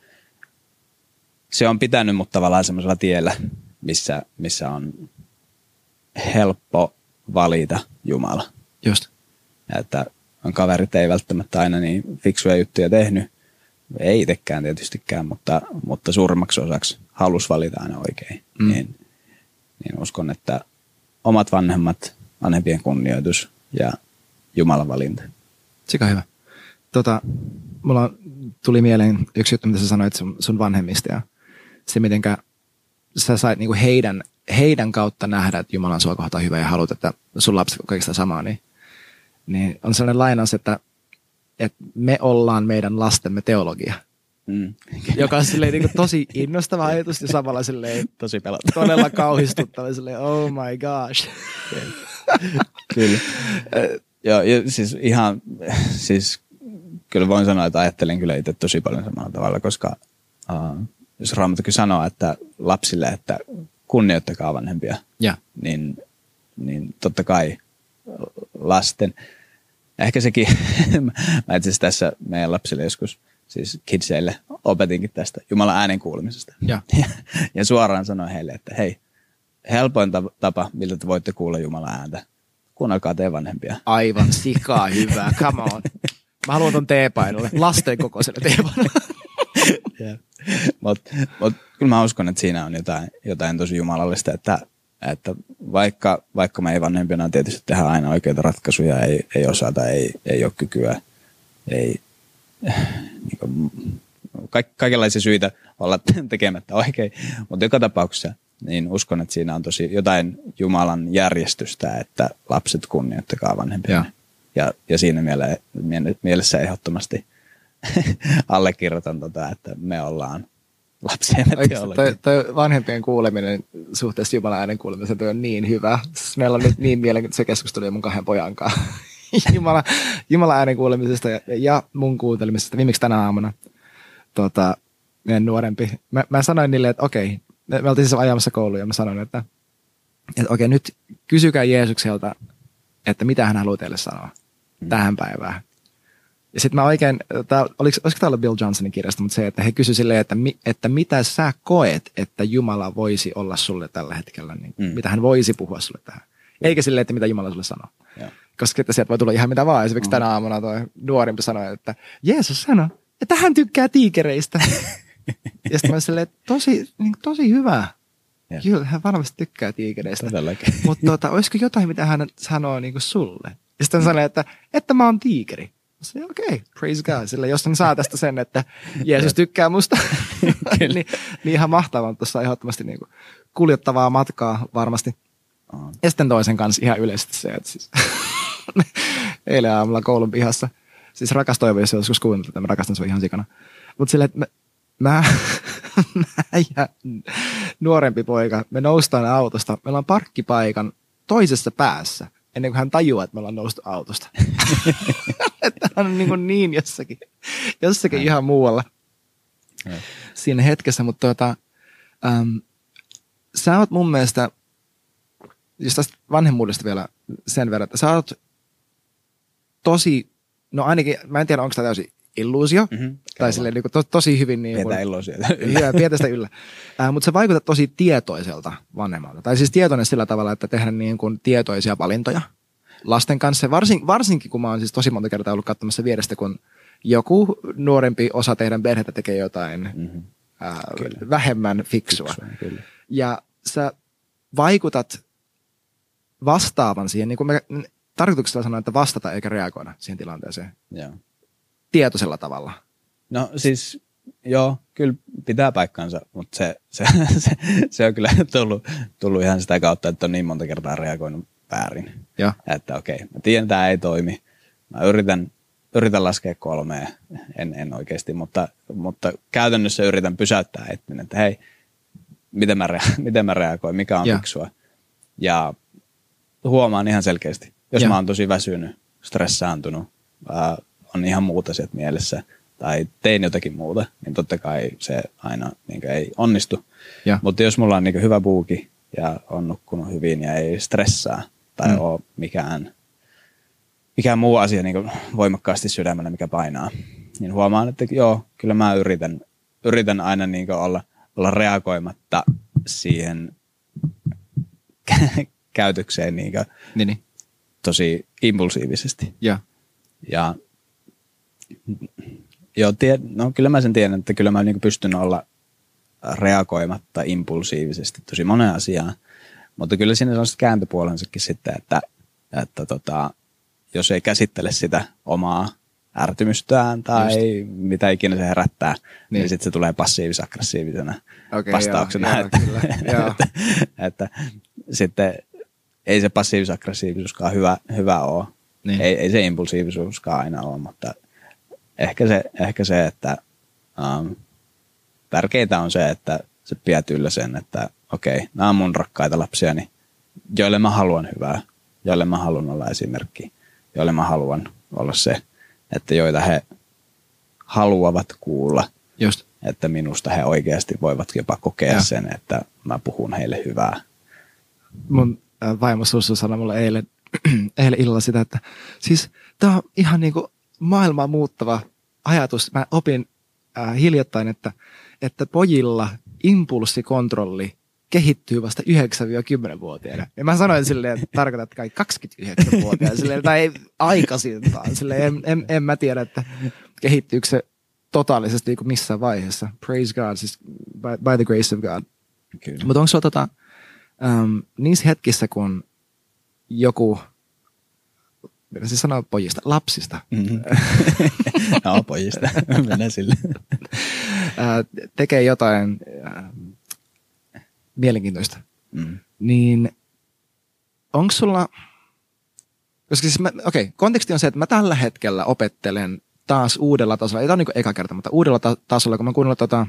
se on pitänyt mut tavallaan semmoisella tiellä, missä, missä on helppo valita Jumala. Just. Että kaverit ei välttämättä aina niin fiksuja juttuja tehnyt. Ei itsekään tietystikään, mutta, mutta suurimmaksi osaksi halus valita aina oikein. Mm. Niin, niin uskon, että omat vanhemmat, vanhempien kunnioitus ja Jumalan valinta. Sika hyvä. Tota, mulla tuli mieleen yksi juttu, mitä sä sanoit sun, sun vanhemmista ja se, mitenkä sä sait niinku heidän, heidän kautta nähdä, että Jumala on sua kohtaan hyvä ja haluat, että sun lapsi on kaikista samaa, niin, niin on sellainen lainaus, että, että me ollaan meidän lastemme teologia. Mm. Joka on silleen, niin kuin, tosi innostava ajatus ja samalla silleen, tosi pelottava. Todella kauhistuttava. Silleen, oh my gosh. Kyllä. Joo, ja siis ihan, siis kyllä voin sanoa, että ajattelin kyllä itse tosi paljon samalla tavalla, koska uh, jos Raamattu sanoo, että lapsille, että kunnioittakaa vanhempia, ja. Niin, niin totta kai lasten, ehkä sekin, mä itse asiassa tässä meidän lapsille joskus, siis kidseille, opetinkin tästä Jumalan äänen kuulemisesta. Ja, ja, ja suoraan sanoin heille, että hei, helpoin tapa, millä te voitte kuulla Jumalan ääntä, kuunnelkaa teidän vanhempia. Aivan sikaa hyvää, come on. Mä haluan ton teepainulle, lasten kokoiselle teepainulle. yeah. Mutta mut, kyllä mä uskon, että siinä on jotain, jotain tosi jumalallista, että, että vaikka, vaikka me ei vanhempina tietysti tehdä aina oikeita ratkaisuja, ei, ei osata, ei, ei ole kykyä, ei niin kuin, kaik, kaikenlaisia syitä olla tekemättä oikein, mutta joka tapauksessa niin uskon, että siinä on tosi jotain Jumalan järjestystä, että lapset kunnioittakaa vanhempia. Ja, ja, ja siinä miele, mielessä ehdottomasti allekirjoitan tota, että me ollaan lapsia. Toi, toi vanhempien kuuleminen suhteessa Jumalan äänen kuulemiseen toi on niin hyvä. Siis meillä on nyt niin mielenkiintoista keskustelua mun kahden pojan kanssa. Jumala, Jumalan äänen kuulemisesta ja, ja mun kuuntelemisesta viimeksi tänä aamuna. Tota, meidän nuorempi. Mä, mä sanoin niille, että okei, me, me oltiin siis ajamassa kouluun ja mä sanoin, että, että okei, nyt kysykää Jeesukselta, että mitä hän haluaa teille sanoa mm. tähän päivään. Ja sitten mä oikein, tää, oliko, olisiko tämä ollut Bill Johnsonin kirjasta, mutta se, että he kysyivät silleen, että, mi, että mitä sä koet, että Jumala voisi olla sulle tällä hetkellä, niin mm. mitä hän voisi puhua sulle tähän. Eikä silleen, että mitä Jumala sulle sanoo. Ja. Koska että sieltä voi tulla ihan mitä vaan. Esimerkiksi mm. tänä aamuna tuo nuorimpi sanoi, että Jeesus sanoi, että hän tykkää tiikereistä. Ja sitten mä silleen, että tosi, niin, tosi hyvä. Ja. Kyllä, hän varmasti tykkää tiikereistä. Mutta tota, olisiko jotain, mitä hän sanoo niin kuin sulle? Ja sitten hän sanoi, että, että mä oon tiikeri. Okei, okay, praise God. Sillä jos hän saa tästä sen, että Jeesus tykkää musta, niin, niin ihan mahtavaa. Tuossa on ehdottomasti niin kuin kuljettavaa matkaa varmasti. Oh. Ja sitten toisen kanssa ihan yleisesti se, että siis eilen aamulla koulun pihassa. Siis rakas Toivo, jos joskus kuunnellut, että mä rakastan sua ihan sikana. Mutta silleen, että mä, mä, mä ja nuorempi poika, me noustaan autosta. Meillä on parkkipaikan toisessa päässä, ennen kuin hän tajuaa, että me ollaan noustu autosta. Että hän on niin, niin jossakin, jossakin ihan muualla ja. Siinä hetkessä. Mutta tuota, ähm, sä oot mun mielestä, jos tästä vanhemmuudesta vielä sen verran, että sä oot tosi, no ainakin, mä en tiedä, onko tämä täysin illuusio, mm-hmm, tai silleen niin kuin, to, tosi hyvin niin pidetään illuusioita yllä. Pidetään sitä yllä. Äh, mutta sä vaikutat tosi tietoiselta vanhemmalta. Tai siis tietoinen sillä tavalla, että tehdään niin kuin tietoisia valintoja lasten kanssa. Varsin, varsinkin, kun mä oon siis tosi monta kertaa ollut katsomassa vierestä, kun joku nuorempi osa teidän perhettä tekee jotain mm-hmm. äh, vähemmän fiksua. fiksua kyllä. Ja sä vaikutat vastaavan siihen, niin kuin me tarkoituksella sanoin, että vastata eikä reagoida siihen tilanteeseen. Joo. Tietoisella tavalla. No siis, joo, kyllä pitää paikkansa, mutta se, se, se, se on kyllä tullut, tullut ihan sitä kautta, että on niin monta kertaa reagoinut väärin. Ja. Että okei, mä tiedän, että tämä ei toimi. Mä yritän, yritän laskea kolmea, en, en oikeasti, mutta, mutta käytännössä yritän pysäyttää etten, että hei, miten mä, rea- miten mä reagoin, mikä on ja. fiksua. Ja huomaan ihan selkeästi. Jos Ja. mä oon tosi väsynyt, stressaantunut, ää, on ihan muut asiat mielessä tai tein jotakin muuta, niin totta kai se aina niin ei onnistu. Ja. Mutta jos mulla on niin hyvä buuki ja on nukkunut hyvin ja ei stressaa tai mm. ole mikään, mikään muu asia niin voimakkaasti sydämellä, mikä painaa, niin huomaan, että joo, kyllä mä yritän, yritän aina niin olla, olla reagoimatta siihen käytökseen niin Niin, niin. tosi impulsiivisesti. Ja. Ja joo, tie, no kyllä mä sen tiedän, että kyllä mä niin pystyn olla reagoimatta impulsiivisesti tosi moneen asiaan, mutta kyllä siinä on kääntöpuolensakin sitten, että, että tota, jos ei käsittele sitä omaa ärtymystään tai Just. mitä ikinä se herättää, niin, niin sitten se tulee passiivis-aggressiivisena okay, vastauksena. Joo, että, joo, kyllä, että, että sitten ei se passiivis-aggressiivisuuskaan hyvä, hyvä ole. Niin. Ei, ei se impulsiivisuuskaan aina ole, mutta ehkä se, ehkä se että um, tärkeintä on se, että sä pidät yllä sen, että okei, nämä on mun rakkaita lapsiani, joille mä haluan hyvää, joille mä haluan olla esimerkki, joille mä haluan olla se, että joita he haluavat kuulla, Just. että minusta he oikeasti voivat jopa kokea ja. sen, että mä puhun heille hyvää. Mun vaimo Sussu sanoi mulle eilen, eilen illalla sitä, että siis tää on ihan niinku maailmaa muuttava ajatus. Mä opin äh, hiljattain, että, että pojilla impulssikontrolli kehittyy vasta yhdeksän-kymmenen-vuotiaana. Ja mä sanoin silleen, että tarkoitat kai kaksikymmentäyhdeksän-vuotiaana, silleen, tai ei aikaisintaan. Silleen, en, en, en mä tiedä, että kehittyykö se totaalisesti niin kuin missään vaiheessa. Praise God, siis by, by the grace of God. Mutta onko sulla tota, um, niissä hetkissä, kun joku, mitä se sanoo pojista, lapsista. Mm-hmm. No, pojista, mennään sille. tekee jotain äh, mielenkiintoista, mm. niin onko sulla, koska siis okei, okay, konteksti on se, että mä tällä hetkellä opettelen taas uudella tasolla, ei tämä ole niin kuin eka kerta, mutta uudella ta- tasolla, kun mä kuunnellut tota,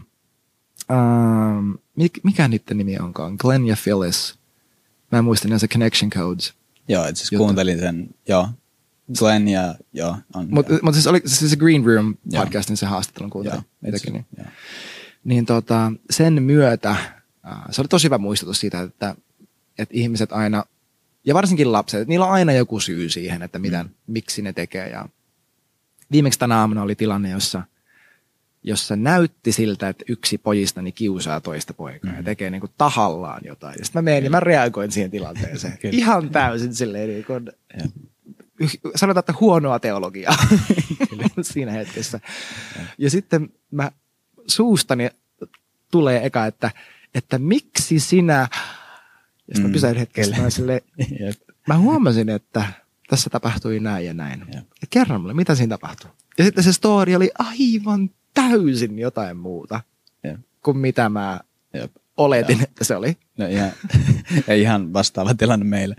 ähm, mikä niiden nimi onkaan, Glenn ja Phyllis, mä en muista, ne on se Connection Codes. Joo, itse asiassa kuuntelin sen, joo, Glenn ja joo. Mutta mut siis oli siis se Green Room podcastin se haastattelun kuuntelin. Joo, niin. Joo. Niin tota, sen myötä, äh, se oli tosi hyvä muistutus siitä, että, että ihmiset aina, ja varsinkin lapset, että niillä on aina joku syy siihen, että mitä, mm. miksi ne tekee. Ja viimeksi tänä aamuna oli tilanne, jossa, jossa näytti siltä, että yksi pojistani kiusaa toista poikaa mm. ja tekee niin kuin tahallaan jotain. Ja sitten mä menen ja mä reagoin siihen tilanteeseen. Ihan täysin silleen niin kuin, sanotaan, että huonoa teologiaa siinä hetkessä. Ja sitten mä suustani tulee eka, että, että miksi sinä, ja sitten mä pysähdyn hetkellä, mä, silleen, mä huomasin, että tässä tapahtui näin ja näin. Ja kerran mulle, mitä siinä tapahtui. Ja sitten se story oli aivan täysin jotain muuta Jep. kuin mitä mä Jep. oletin, ja. että se oli. No ihan, ja ihan vastaava tilanne meille.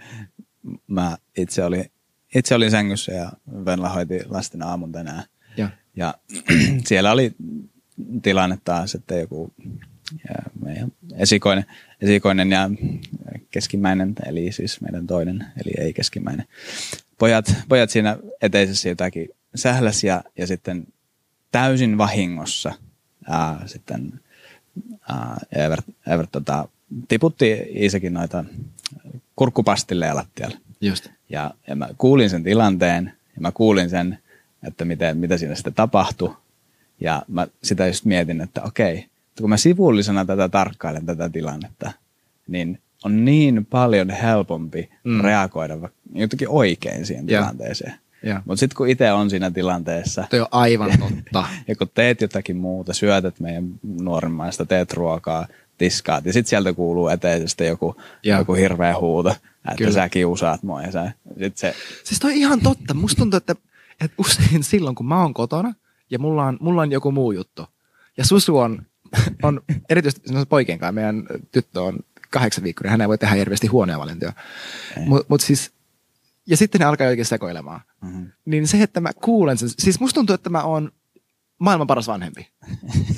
Mä itse olin, itse olin sängyssä ja Venla hoiti lasten aamun tänään. Ja, ja siellä oli tilanne taas, että joku ja meidän esikoinen, esikoinen ja keskimmäinen, eli siis meidän toinen, eli ei keskimmäinen. Pojat, pojat siinä eteisessä jotakin sähläs ja, ja sitten täysin vahingossa ää, sitten ää, Evert, Evert tota, tiputti Iisakin noita kurkkupastilleja lattialle. Just. Ja, ja mä kuulin sen tilanteen ja mä kuulin sen, että miten, mitä siinä sitten tapahtui. Ja mä sitä just mietin, että okei, kun mä sivullisena tätä tarkkailen tätä tilannetta, niin on niin paljon helpompi mm. reagoida jotenkin oikein siihen yeah. tilanteeseen. Yeah. Mutta sitten kun itse on siinä tilanteessa. Toi on aivan totta. Ja kun teet jotakin muuta, syötät meidän nuorimmaista, teet ruokaa, tiskaat. Ja sitten sieltä kuuluu eteisestä joku, yeah. joku hirveä huuto, että Kyllä. sä kiusaat mua. Ja sä, sit se... Siis toi on ihan totta. Musta tuntuu, että, että usein silloin, kun mä oon kotona ja mulla on, mulla on joku muu juttu. Ja Susu on, on erityisesti poikien kanssa. Meidän tyttö on kahdeksan viikkoinen. Hän ei voi tehdä hirveästi huonoja valintoja. Mut, mut siis, ja sitten ne alkaa oikein sekoilemaan. Mm-hmm. Niin se, että mä kuulen sen. Siis musta tuntuu, että mä oon maailman paras vanhempi.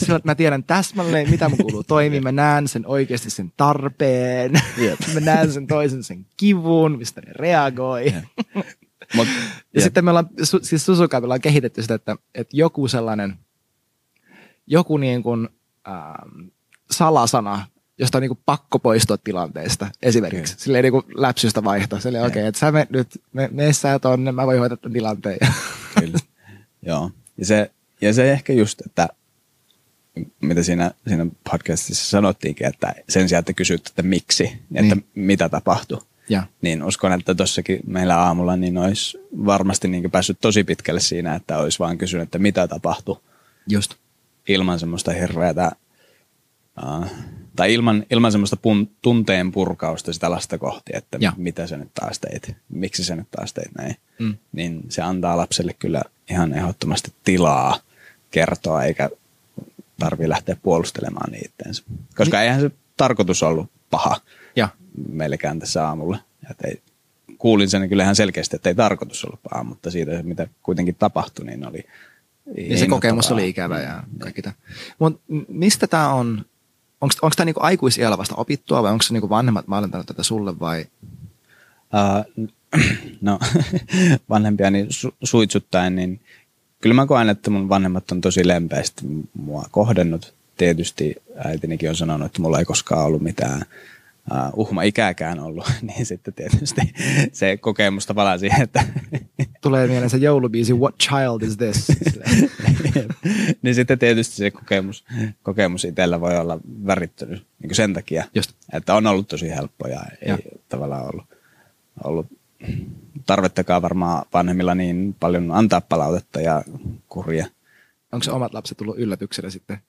Sillä, että mä tiedän täsmälleen, mitä mun kuuluu toimia. Mä näen sen oikeasti sen tarpeen. Yep. Mä näen sen toisen sen kivun, mistä ne reagoi. Mut, ja sitten me ollaan, siis Susukaan me ollaan kehitetty sitä, että, että joku sellainen, joku niin kuin ähm, salasana, josta on niin kuin pakko poistua tilanteesta esimerkiksi. Okay. Silleen niin kuin läpsystä vaihtaa. Silleen okei, okay, että sä me nyt, me, me sä tonne, mä voin hoitaa tämän tilanteen. Kyllä, joo. Ja se, ja se ehkä just, että mitä siinä, siinä podcastissa sanottiinkin, että sen sijaan, että kysyt, että miksi, että niin. mitä tapahtui. Ja. Niin uskon, että tossakin meillä aamulla niin olisi varmasti niin päässyt tosi pitkälle siinä, että olisi vaan kysynyt, että mitä tapahtui. Just. Ilman semmoista hirveätä, uh, tai ilman, ilman semmoista pun, tunteen purkausta sitä lasta kohti, että ja. mitä sä nyt taas teit, miksi sä nyt taas teit näin. Mm. Niin se antaa lapselle kyllä ihan ehdottomasti tilaa kertoa, eikä tarvitse lähteä puolustelemaan niitteensä. Koska Mi- eihän se tarkoitus ollut paha. Ja. Meillekään tässä aamulla. Ei, kuulin sen kyllä ihan selkeästi, että ei tarkoitus ollut paha, mutta siitä, mitä kuitenkin tapahtui, niin oli ja se kokemus oli ikävä ja kaikki tämä. Mutta mistä tämä on, onko tämä niinku aikuisiällä vasta opittua vai onko se niinku vanhemmat maailmantanut tätä sulle vai? Uh, no, vanhempiani su- suitsuttaen, niin kyllä mä koen, että mun vanhemmat on tosi lempeästi mua kohdennut. Tietysti äitinikin on sanonut, että mulla ei koskaan ollut mitään Uh, uhma-ikääkään ollut, niin sitten tietysti se kokemus tavallaan siihen, että tulee mieleen se joulubiisi What Child Is This? Niin sitten tietysti se kokemus, kokemus itsellä voi olla värittynyt niin kuin sen takia, just. Että on ollut tosi helppo ja ei ja. tavallaan ollut, ollut tarvettakaan varmaan vanhemmilla niin paljon antaa palautetta ja kuria. Onko se omat lapset tullut yllätyksenä sitten?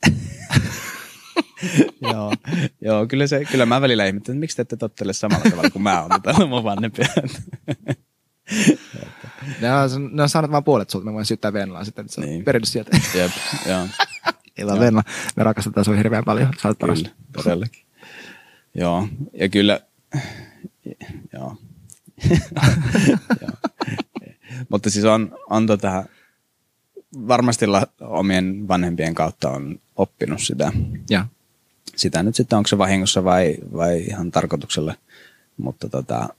joo, joo kyllä, se, kyllä mä välillä ihmettelen, että miksi te ette tottele samalla tavalla kuin mä oon täällä mun vanhempia. ne, on, ne on saanut vaan puolet sulta, mä voin syyttää Venlaa sitten, että se on niin. Peritys sieltä. Jep, joo. Ei vaan Venla, me rakastetaan sua hirveän paljon, sä oot paras. Kyllä, todellakin. Joo, ja kyllä, joo. joo. Mutta siis on, on tota, varmasti la, omien vanhempien kautta on oppinut sitä. Ja. Sitä nyt sitten, onko se vahingossa vai, vai ihan tarkoituksella, mutta tota,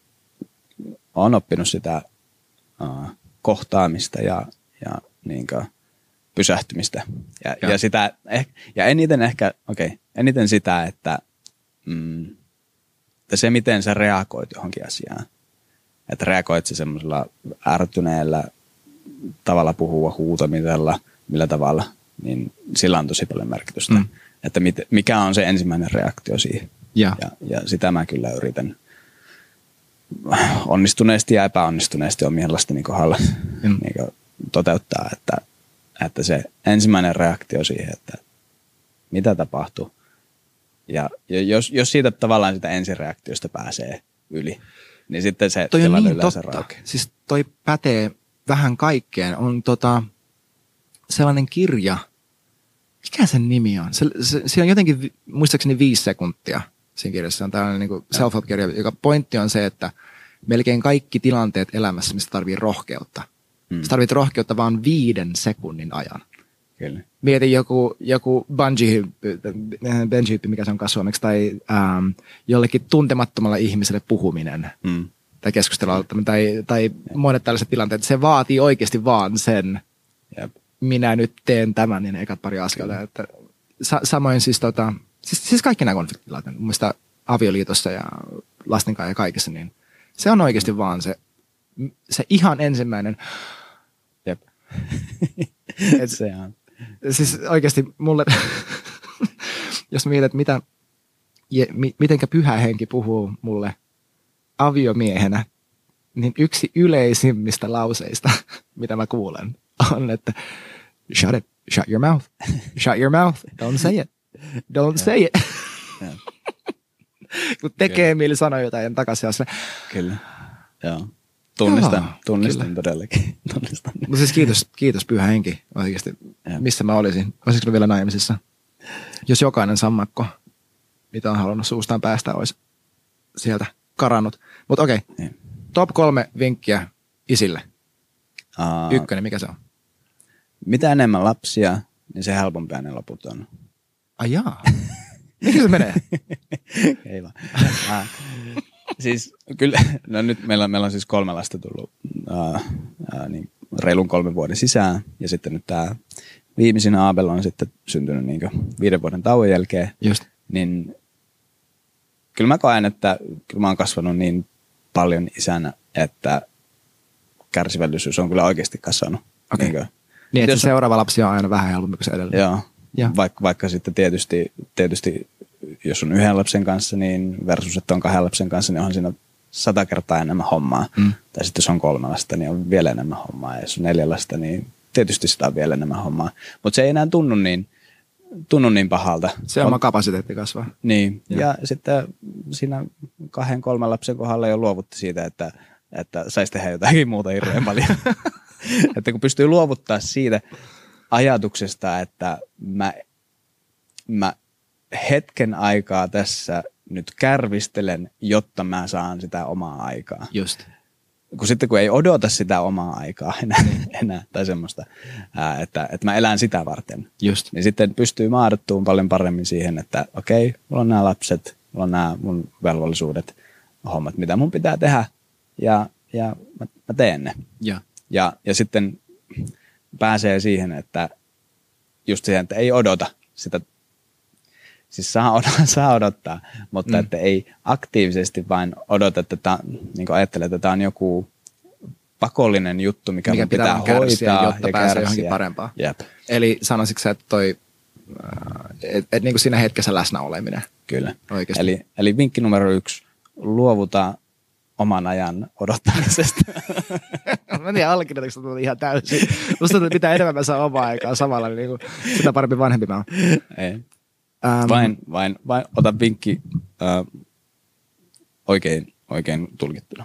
on oppinut sitä uh, kohtaamista ja, ja niinkö, pysähtymistä. Ja, ja. Ja, sitä, eh, ja eniten ehkä, okei, okay, eniten sitä, että, mm, että se miten sä reagoit johonkin asiaan. Että reagoit se semmoisella ärtyneellä tavalla puhua, huutamisella, millä tavalla, niin sillä on tosi paljon merkitystä. Mm. Että mit, mikä on se ensimmäinen reaktio siihen. Ja. Ja, ja sitä mä kyllä yritän onnistuneesti ja epäonnistuneesti omien lasteni kohdalla mm. niin toteuttaa, että, että se ensimmäinen reaktio siihen, että mitä tapahtuu. Ja jos, jos siitä tavallaan sitä ensireaktiosta pääsee yli, niin sitten se toi tilanne niin yleensä totta. raukeaa. Siis toi pätee vähän kaikkeen. On tota, sellainen kirja, mikä sen nimi on? Se, se, se on jotenkin, muistaakseni viisi sekuntia siinä kirjassa. Se on tällainen niin kuin self-help-kirja, joka pointti on se, että melkein kaikki tilanteet elämässä, mistä tarvii rohkeutta. Hmm. Sä tarvit rohkeutta vaan viiden sekunnin ajan. Kyllä. Mietin joku, joku bungee-hyppy, bungee-hyppy, mikä se on suomeksi, tai ähm, jollekin tuntemattomalle ihmiselle puhuminen. Hmm. Tai keskustella, tai, tai monet tällaiset tilanteet. Se vaatii oikeasti vaan sen, Jep. minä nyt teen tämän ja ne ekat pari askelta. Että, sa- samoin siis, tota, siis, siis kaikki nämä konfliktilaiteet, mun mielestä avioliitossa ja lasten kanssa ja kaikessa, niin se on oikeasti vaan se, se ihan ensimmäinen. Jep. Et, se on. Siis oikeasti mulle, jos mietit, että mitä, je, mi, mitenkä pyhä henki puhuu mulle aviomiehenä, niin yksi yleisimmistä lauseista, mitä mä kuulen, on, että shut it, shut your mouth, shut your mouth, don't say it, don't say it. Kun tekee mieli sanoa jotain takaisin. Kyllä, joo. Tunnistan, joo, tunnistan kyllä. Todellakin. Tunnistan. Mutta siis kiitos, kiitos pyhä henki oikeasti, ja. Missä mä olisin. Olisiko vielä naimisissa? Jos jokainen sammakko, mitä on halunnut suustaan päästä, olisi sieltä karannut. Mutta okei, okay. Top kolme vinkkiä isille. Uh, Ykkönen, mikä se on? Mitä enemmän lapsia, niin se helpompia ne loput on. Ai jaa. Mihin se menee? Ei vaan. Äh, siis kyllä, no nyt meillä, meillä on siis kolme lasta tullut äh, äh, niin reilun kolmen vuoden sisään. Ja sitten nyt tämä viimeisin Abel on sitten syntynyt niin viiden vuoden tauon jälkeen. Just. Niin kyllä mä koen, että kyllä mä oon kasvanut niin paljon isänä, että kärsivällisyys on kyllä oikeasti kasvanut. Okay. Niin, niin että jos, se seuraava lapsi on aina vähän helpompi kuin se edellinen. Joo, vaikka, vaikka sitten tietysti, tietysti jos on yhden lapsen kanssa niin versus, että on kahden lapsen kanssa, niin onhan siinä sata kertaa enemmän hommaa. Mm. Tai sitten jos on kolme lasta, niin on vielä enemmän hommaa. Ja jos on neljä lasta, niin tietysti sitä on vielä enemmän hommaa. Mutta se ei enää tunnu niin, tunnu niin pahalta. Se oma kapasiteetti kasvaa. Niin, ja, ja sitten siinä kahden, kolmen lapsen kohdalla jo luovutti siitä, että, että saisi tehdä jotakin muuta hirveän paljon. Että kun pystyy luovuttaa siitä ajatuksesta, että mä, mä hetken aikaa tässä nyt kärvistelen, jotta mä saan sitä omaa aikaa. Just. Kun sitten kun ei odota sitä omaa aikaa enää, enää tai semmoista, ää, että, että mä elän sitä varten. Just. Niin sitten pystyy maadottumaan paljon paremmin siihen, että okei, mulla on nämä lapset, mulla on nämä mun velvollisuudet, hommat, mitä mun pitää tehdä ja, ja mä, mä teen ne. Ja. Ja, ja sitten pääsee siihen, että just siihen, että ei odota sitä. Siis saa, odottaa, saa odottaa, mutta mm. että ei aktiivisesti vain odota, että tämä, niin kuin ajattelee, että tämä on joku pakollinen juttu, mikä, mikä pitää, pitää hoitaa jotta ja pääsee kärsiä. Johonkin parempaan. Jep. Eli sanoisitko sä, että toi, et, et niin kuin siinä hetkessä läsnä oleminen? Kyllä. Oikeasti. Eli, eli vinkki numero yksi, luovuta oman ajan odottamisesta. Mä en tiedä, allekirjoitatko tuli ihan täysin. Musta tuntuu, että mitä enemmän mä saan omaa aikaa samalla, niin kuin, sitä parempi vanhempi mä oon. Ei. Um, vain, vain, vain ota vinkki uh, oikein, oikein tulkittuna.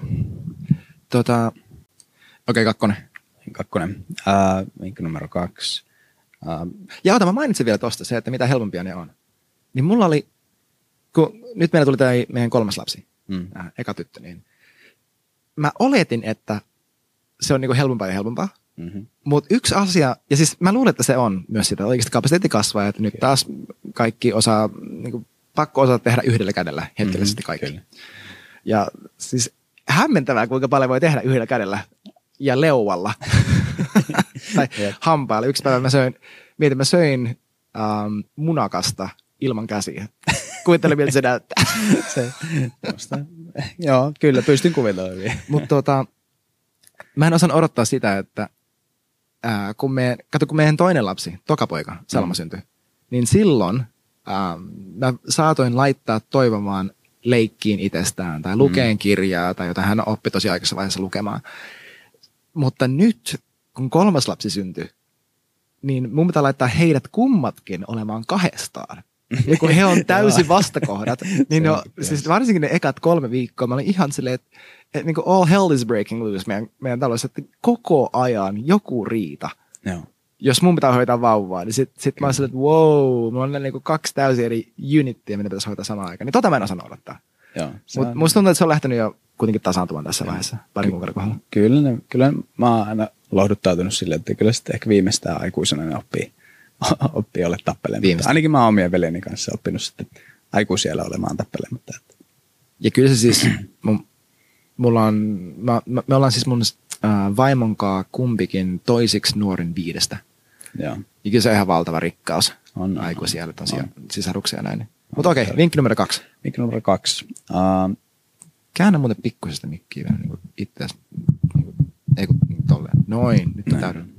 Tota, okei, okay, kakkonen. Kakkonen. Uh, vinkki numero kaksi. Uh, ja ota, mä mainitsin vielä tosta se, että mitä helpompia ne on. Niin mulla oli, kun nyt meillä tuli tämä meidän kolmas lapsi, mm. äh, eka tyttö, niin mä oletin, että se on niinku helpompaa ja helpompaa. Mm-hmm. Mutta yksi asia, ja siis mä luulen, että se on myös sitä, oikeasti kapasiteetti kasvaa, että nyt taas kaikki osaa, niinku, pakko osaa tehdä yhdellä kädellä hetkellisesti kaikki. Mm-hmm. Ja siis hämmentävää, kuinka paljon voi tehdä yhdellä kädellä ja leualla tai hampailla. Yksi päivä mä söin, mietin, mä söin ähm, munakasta ilman käsiä. Kuvittele, miltä se näyttää. se, joo, kyllä, pystyn kuvitelemaan. Mutta tota, mä en osannut odottaa sitä, että ää, kun, me, kato, kun meidän toinen lapsi, tokapoika, Salma mm. syntyi, niin silloin ää, mä saatoin laittaa toivomaan leikkiin itsestään tai lukeen mm. kirjaa tai jotain hän oppi tosi aikaisessa vaiheessa lukemaan. Mutta nyt, kun kolmas lapsi syntyi, niin mun pitää laittaa heidät kummatkin olemaan kahdestaan. Ja kun he on täysin vastakohdat, niin no, siis varsinkin ne ekat kolme viikkoa, mä olin ihan silleen, että, että niin kuin all hell is breaking loose meidän, meidän talossa, että koko ajan joku riita. Joo. Jos mun pitää hoitaa vauvaa, niin sit, sit mä olin silleen, että wow, mulla on niin kuin kaksi täysin eri unittia, mitä pitäisi hoitaa samaan aikaan. Niin tota mä en osannut odottaa. Mutta musta tuntuu, että se on lähtenyt jo kuitenkin tasaantumaan tässä Joo. vaiheessa, parin kuukauden kohdalla. Kyllä, kyllä mä oon aina lohduttautunut silleen, että kyllä sitten ehkä viimeistään aikuisena ne oppii. oppii ole tappelemaan. Ainakin mä oon omien veljeni kanssa oppinut sitten aikuisiellä olemaan tappelematta. Ja kyllä se siis, mun, mulla on, mä, me ollaan siis mun äh, vaimonkaa kumpikin toisiksi nuorin viidestä. Joo. Ja kyllä se on ihan valtava rikkaus on, aikuisiellä, että on, on sisaruksia ja näin. Mutta okei, okay, vinkki numero kaksi. Vinkki numero kaksi. Uh, Käännä muuten pikkuisesta mikkiä vähän niin kuin itseäsi. Niin kuin, ei kun tolleen. Noin, nyt on täydellä.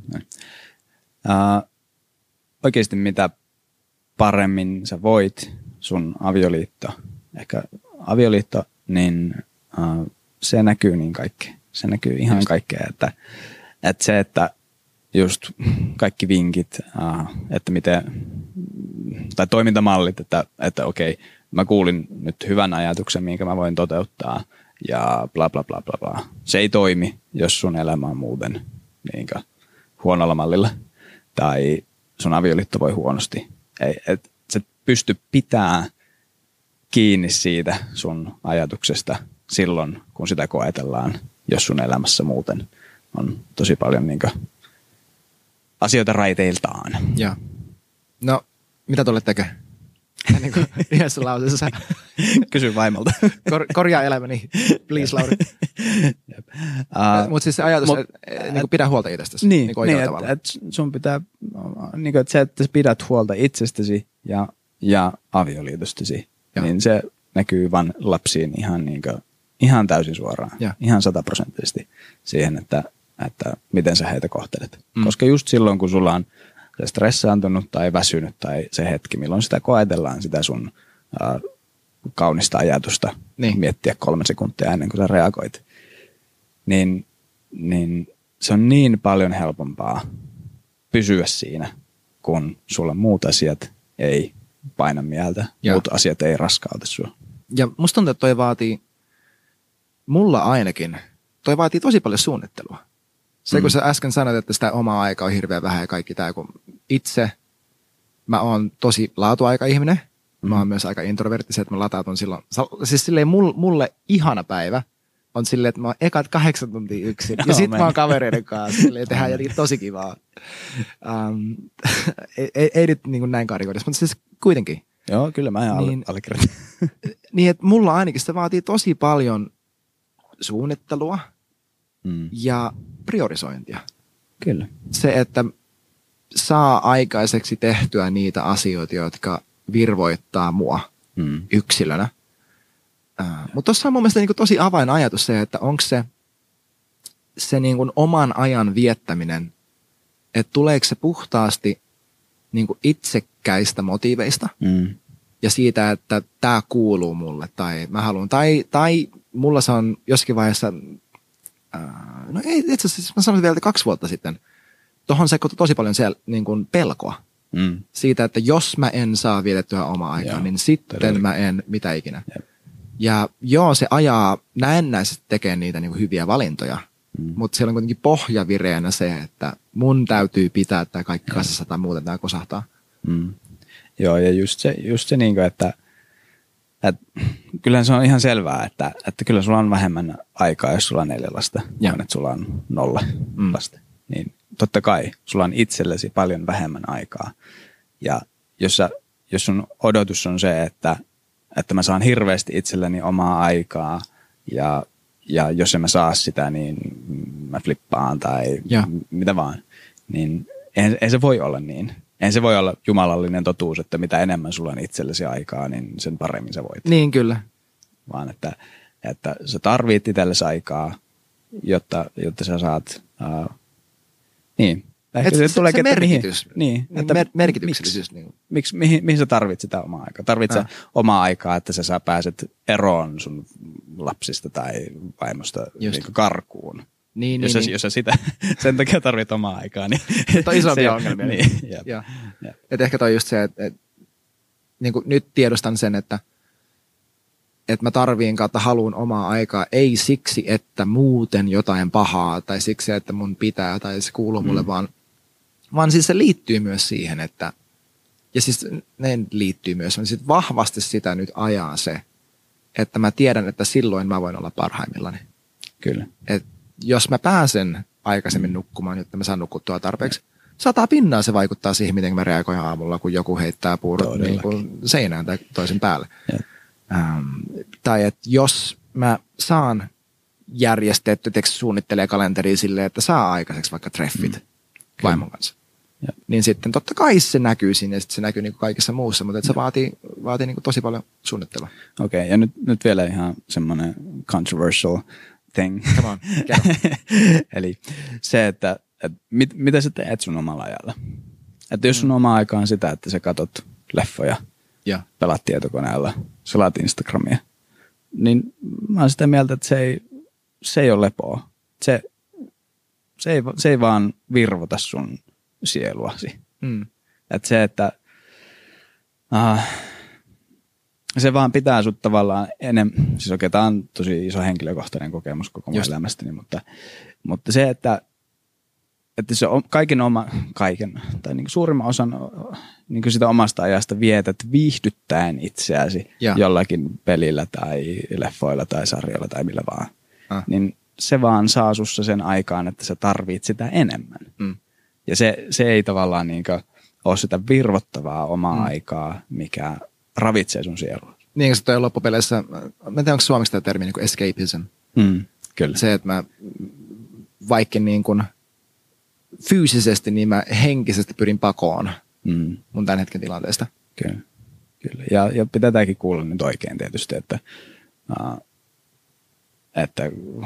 Uh, Oikeasti mitä paremmin sä voit sun avioliitto, ehkä avioliitto, niin uh, se näkyy niin kaikki. Se näkyy ihan just kaikkea, että, että se, että just kaikki vinkit, uh, että miten, tai toimintamallit, että, että okei, mä kuulin nyt hyvän ajatuksen, minkä mä voin toteuttaa ja bla bla bla bla bla. Se ei toimi, jos sun elämä on muuten niinkö huonolla mallilla tai sun avioliitto voi huonosti. Ei, et sä pysty pitää kiinni siitä sun ajatuksesta silloin, kun sitä koetellaan, jos sun elämässä muuten on tosi paljon niinkö asioita raiteiltaan. Ja, No, mitä tuolle tekee? Niin kuin yhdessä lauseessa. Kysy vaimolta. Kor, korjaa elämäni, please Lauri. uh, Mutta siis se ajatus, mut, että niin pidä huolta itsestäsi. Niin, niin, niin että et sun pitää, niin kuin, että se, että sä pidät huolta itsestäsi ja, ja avioliitostasi, ja. Niin se näkyy vaan lapsiin ihan, niin kuin, ihan täysin suoraan, ja. Ihan sataprosenttisesti siihen, että, että miten sä heitä kohtelet. Mm. Koska just silloin, kun sulla on se stressaantunut tai väsynyt tai se hetki, milloin sitä koetellaan, sitä sun äh, kaunista ajatusta, niin. Miettiä kolme sekuntia ennen kuin sä reagoit, niin, niin se on niin paljon helpompaa pysyä siinä, kun sulla muut asiat ei paina mieltä, ja. Muut asiat ei raskauta sua. Ja musta tuntuu, että toi vaatii, mulla ainakin, toi vaatii tosi paljon suunnittelua. Se, kun sä äsken sanoit, että sitä omaa aikaa on hirveän vähän ja kaikki tämä, kun itse mä oon tosi laatuaika-ihminen. Mä oon mm. myös aika introvertti, se, että mä latautun silloin. Siis silleen mulle ihana päivä on silleen, että mä oon ekat kahdeksan tuntia yksin. Ja sit mä oon kavereiden kanssa. Silleen tehdään jotenkin tosi kivaa. Um, ei, ei, ei nyt niin kuin näin karikoidessa, mutta siis kuitenkin. Joo, kyllä mä en niin, allekirjoitan. Niin, että mulla ainakin se vaatii tosi paljon suunnittelua mm. ja priorisointia. Kyllä. Se, että saa aikaiseksi tehtyä niitä asioita, jotka virvoittaa mua mm. yksilönä. Uh, mutta tuossa on mun mielestä niin kuin tosi avainajatus se, että onko se, se niin kuin oman ajan viettäminen, että tuleeko se puhtaasti niin kuin itsekkäistä motiiveista mm. ja siitä, että tämä kuuluu mulle tai mä haluan, tai, tai mulla se on jossakin vaiheessa, uh, no ei itse asiassa, mä sanoin vielä kaksi vuotta sitten, tuohon sekoitui tosi paljon siellä niin kuin pelkoa. Mm. Siitä, että jos mä en saa vietettyä omaa aikaa, joo, niin sitten todella. Mä en mitä ikinä. Jep. Ja joo, se ajaa näennäisesti tekemään niitä niin kuin hyviä valintoja, mm. mutta siellä on kuitenkin pohjavireenä se, että mun täytyy pitää tämä kaikki kasassa tai muuten tämä kosahtaa. Mm. Joo, ja just se, just se niin kuin, että, että kyllähän se on ihan selvää, että, että kyllä sulla on vähemmän aikaa, jos sulla on neljä lasta, vaan että sulla on nolla mm. lasta. Niin totta kai sulla on itsellesi paljon vähemmän aikaa. Ja jos, sä, jos sun odotus on se, että, että mä saan hirveästi itselleni omaa aikaa ja, ja jos en mä saa sitä, niin mä flippaan tai ja. Mitä vaan, niin ei, ei se voi olla niin. Ei se voi olla jumalallinen totuus, että mitä enemmän sulla on itsellesi aikaa, niin sen paremmin sä voit. Niin kyllä. Vaan että, että sä tarvit itsellesi aikaa, jotta, jotta sä saat... Uh, niin. Ehkä se, se, tulee, se merkitys. Mihin, niin, niin että mer- merkityksellisyys. Miksi, niin. miksi, mihin, mihin sä tarvit sitä omaa aikaa? Tarvit sä omaa aikaa, että sä, sä pääset eroon sun lapsista tai vaimosta niin karkuun? Niin, jos, niin, sä, niin. jos sä sitä, sen takia tarvit omaa aikaa. Niin se on isompia ongelmia. Niin, jep, ja. Jep. Et ehkä toi just se, että et, niin nyt tiedostan sen, että että mä tarviin kautta haluun omaa aikaa, ei siksi, että muuten jotain pahaa, tai siksi, että mun pitää, tai se kuuluu mulle, mm. vaan, vaan siis se liittyy myös siihen, että, ja siis ne liittyy myös, mutta sit vahvasti sitä nyt ajaa se, että mä tiedän, että silloin mä voin olla parhaimmillani. Kyllä. Et jos mä pääsen aikaisemmin nukkumaan, jotta mä saan nukkuttua tarpeeksi, sata pinnaa se vaikuttaa siihen, miten mä reagoin aamulla, kun joku heittää puurot niin kuin seinään tai toisen päälle. Ja. Ähm, tai että jos mä saan järjestetty, teekö suunnittelee kalenteriin silleen, että saa aikaiseksi vaikka treffit mm. vaimon kanssa, ja. Niin sitten totta kai se näkyy siinä ja sitten se näkyy niin kuin kaikessa muussa, mutta se vaatii, vaatii niin kuin tosi paljon suunnittelua. Okei, okay, ja nyt, nyt vielä ihan semmoinen controversial thing. Come on, Eli se, että, että mit, mitä sä teet sun omalla ajalla? Että jos sun mm. oma aika on sitä, että sä katot leffoja, ja pelaat tietokoneella, selaat Instagramia, niin mä oon sitä mieltä, että se ei, se ei ole lepoa. Se, se, ei, se ei vaan virvota sun sieluasi. Mm. Että se, että uh, se vaan pitää sut tavallaan enemmän, siis oikein tämä on tosi iso henkilökohtainen kokemus koko mun elämästäni, mutta, mutta se, että että se on kaiken oma, kaiken, tai niin kuin suurimman osan niin kuin sitä omasta ajasta vietät viihdyttäen itseäsi ja. Jollakin pelillä tai leffoilla tai sarjoilla tai millä vaan. Ah. Niin se vaan saa sussa sen aikaan, että sä tarvit sitä enemmän. Mm. Ja se, se ei tavallaan niin kuin, ole sitä virvottavaa omaa Mm. aikaa, mikä ravitsee sun sielua. Niin, se toi loppupeleissä, mä en tiedä, onko suomeksi tämä termi niin kuin escapism. Mm, kyllä. Se, että mä vaikka niin kuin fyysisesti, niin mä henkisesti pyrin pakoon Mm, mun tämän hetken tilanteesta. kyllä. kyllä. Ja, ja pitää tämäkin kuulla nyt oikein tietysti, että, uh, että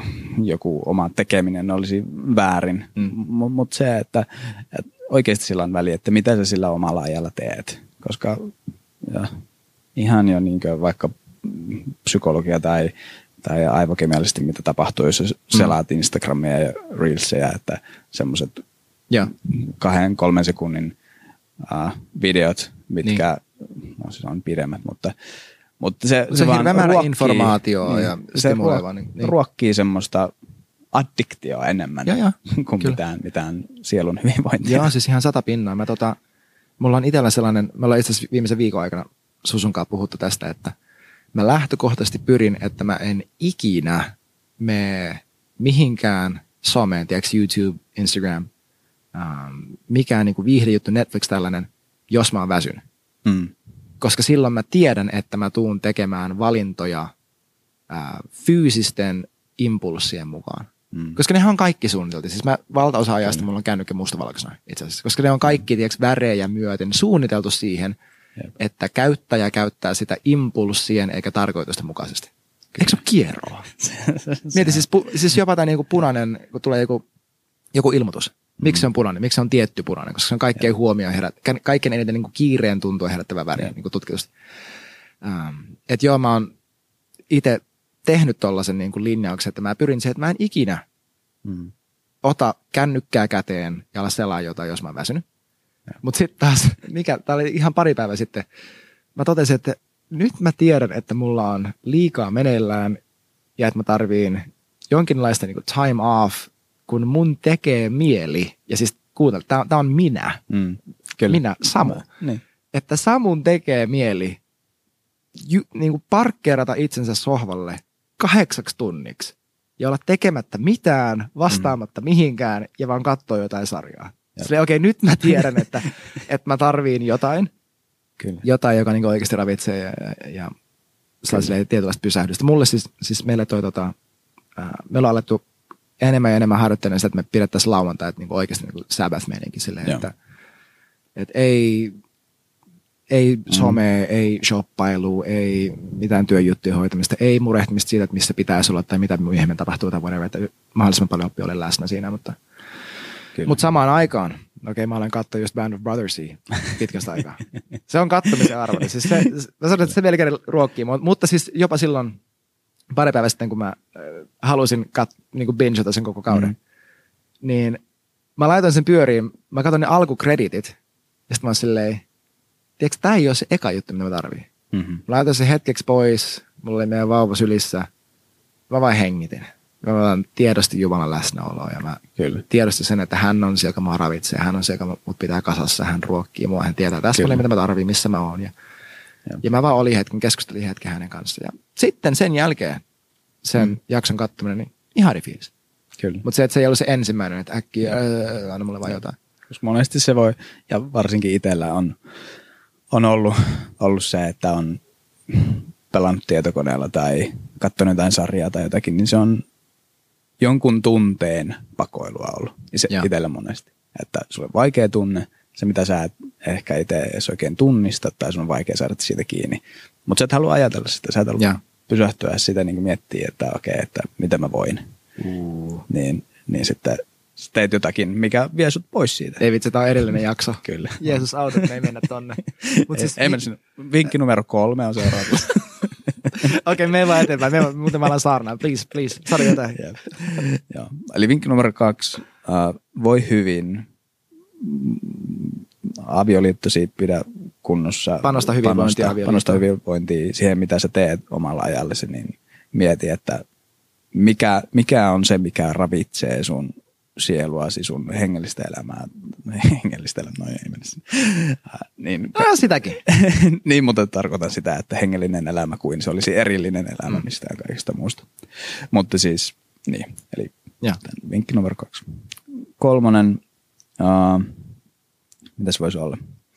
joku oma tekeminen olisi väärin. Mm. M- Mutta se, että, että oikeasti sillä on väliä, että mitä sä sillä omalla ajalla teet. Koska ja, ihan jo niin kuin vaikka psykologia tai, tai aivokemiallisesti, mitä tapahtuu, jos sä selaat Instagramia ja Reelsia, että semmoiset Joo. kahden, kolmen sekunnin uh, videot, mitkä niin. no, siis on pidemmät, mutta, mutta se, Se, se on vaan hirveän määrä ruokkii, informaatiota niin, ja se stimuloivaa. ruok- Niin, niin. ruokkii semmoista addiktioa enemmän Joo, joo. kuin Kyllä. mitään, mitään sielun hyvinvointia. Joo, siis ihan sata pinnaa. Mä tota, mulla on itsellä sellainen, me ollaan itse asiassa viimeisen viikon aikana Susunkaan puhuttu tästä, että mä lähtökohtaisesti pyrin, että mä en ikinä mene mihinkään someen, tiedätkö YouTube, Instagram, ähm, mikään niin kuin viihdejuttu, Netflix tällainen, jos mä oon väsynyt. Mm. Koska silloin mä tiedän, että mä tuun tekemään valintoja ää, fyysisten impulssien mukaan. Mm. Koska nehän on kaikki suunniteltu. Siis mä valtaosa ajasta mulla on kännykkä mustavalkoisena itse asiassa. Koska ne on kaikki tiiäks, värejä myöten suunniteltu siihen, Jep. että käyttäjä käyttää sitä impulssien eikä tarkoitusten mukaisesti. Eikö se ole kierroa? Mieti siis, pu, siis jopa tämä niinku punainen, kun tulee joku, joku ilmoitus. Miksi se on punainen? Miksi se on tietty punainen? Koska se on kaikkein huomioon herät, kaikkein eniten niinku kiireen tuntua herättävä väri niinku tutkitusti. Ähm, että joo, mä oon itse tehnyt tollaisen niinku linjauksen, että mä pyrin siihen, että mä en ikinä Mm. ota kännykkää käteen ja ala selaa jotain, jos mä oon väsynyt. Mutta sitten taas, mikä, tää oli ihan pari päivää sitten, mä totesin, että nyt mä tiedän, että mulla on liikaa meneillään ja että mä tarviin jonkinlaista niinku time off, kun mun tekee mieli. Ja siis kuuntele, tää, tää on minä. Mm. Kyllä. Minä, Samu. Niin. Että Samun tekee mieli ju, niinku parkkeerata itsensä sohvalle kahdeksaksi tunniksi ja olla tekemättä mitään, vastaamatta mm. mihinkään ja vaan katsoa jotain sarjaa. Silleen, okei, okay, nyt mä tiedän, että, että mä tarviin jotain, Kyllä. jotain, joka niinku oikeasti ravitsee ja, ja, ja sellaiselle tietynlaista pysähdystä. Mulle siis, siis meille toi tota, ää, me ollaan alettu enemmän ja enemmän harjoittelemaan sitä, että me pidettäisiin lauantai, että niinku oikeasti niinku Sabbath-meininki silleen, Joo. että, että ei, ei somea, mm. ei shoppailu, ei mitään työjuttujen hoitamista, ei murehtimista siitä, että missä pitäisi olla tai mitä myöhemmin tapahtuu tai whatever, että mahdollisimman paljon oppia olen läsnä siinä, mutta Mutta samaan aikaan, okei okay, mä olen katsoa just Band of Brothersia pitkästä aikaa. Se on kattomisen arvoinen. Siis se, mä sanon, että se vielä kerran ruokkii, mutta siis jopa silloin pari päivää sitten, kun mä äh, halusin kat, niin bingeata sen koko kauden, mm. niin mä laitoin sen pyöriin, mä katson ne alkukreditit, ja sitten mä oon silleen, tiedätkö, tää ei ole se eka juttu, mitä mä tarviin. Mm-hmm. Mä laitoin sen hetkeksi pois, mulla oli meidän vauva sylissä, mä vain hengitin. Mä vaan tiedostin Jumalan läsnäoloa ja mä Kyllä. tiedostin sen, että hän on se, joka mua ravitsee, hän on se, joka mut pitää kasassa, hän ruokkii mua, hän tietää täsmälleen, mitä mä tarviin, missä mä oon. Ja, ja mä vaan olin hetken, keskustelin hetken hänen kanssaan. Ja sitten sen jälkeen, sen mm. jakson katsominen, niin ihan eri fiilis. Kyllä. Mutta se, että se ei ollut se ensimmäinen, että äkkiä, öö, anna mulle vaan jotain. Koska monesti se voi, ja varsinkin itsellä on, on ollut, ollut se, että on pelannut tietokoneella tai katsonut jotain sarjaa tai jotakin, niin se on jonkun tunteen pakoilua ollut itsellä monesti. Että sulla on vaikea tunne, se mitä sä et ehkä itse edes oikein tunnista tai sun on vaikea saada siitä kiinni. Mutta sä et halua ajatella sitä, sä et halua ja. pysähtyä sitä niin miettiä, että okei, että mitä mä voin. Uh. Niin, niin sitten teet jotakin, mikä vie sut pois siitä. Ei vitsi, tää on erillinen jakso. Kyllä. Jeesus auta, me ei mennä tonne. Mut ei, siis, ei mennä sinne. Vinkki numero kolme on seuraava. Okei, okay, me ei vaan eteenpäin. Me, muuten mä alan saarnaa. Please, please. Sano jotain. Joo. Eli vinkki numero kaksi. Uh, voi hyvin. Avioliitto siitä pidä kunnossa. Panosta hyvinvointia. Panosta, panosta hyvinvointia siihen, mitä sä teet omalla ajallesi. Niin mieti, että mikä, mikä on se, mikä ravitsee sun sieluasi, sun hengellistä elämää. Hengellistä elämää, no ei mennessä. Niin, no, sitäkin. niin, mutta tarkoitan sitä, että hengellinen elämä kuin se olisi erillinen elämä mm. mistään kaikista muusta. Mutta siis, niin, eli vinkki numero kaksi. Kolmonen, uh, mitäs voisi olla?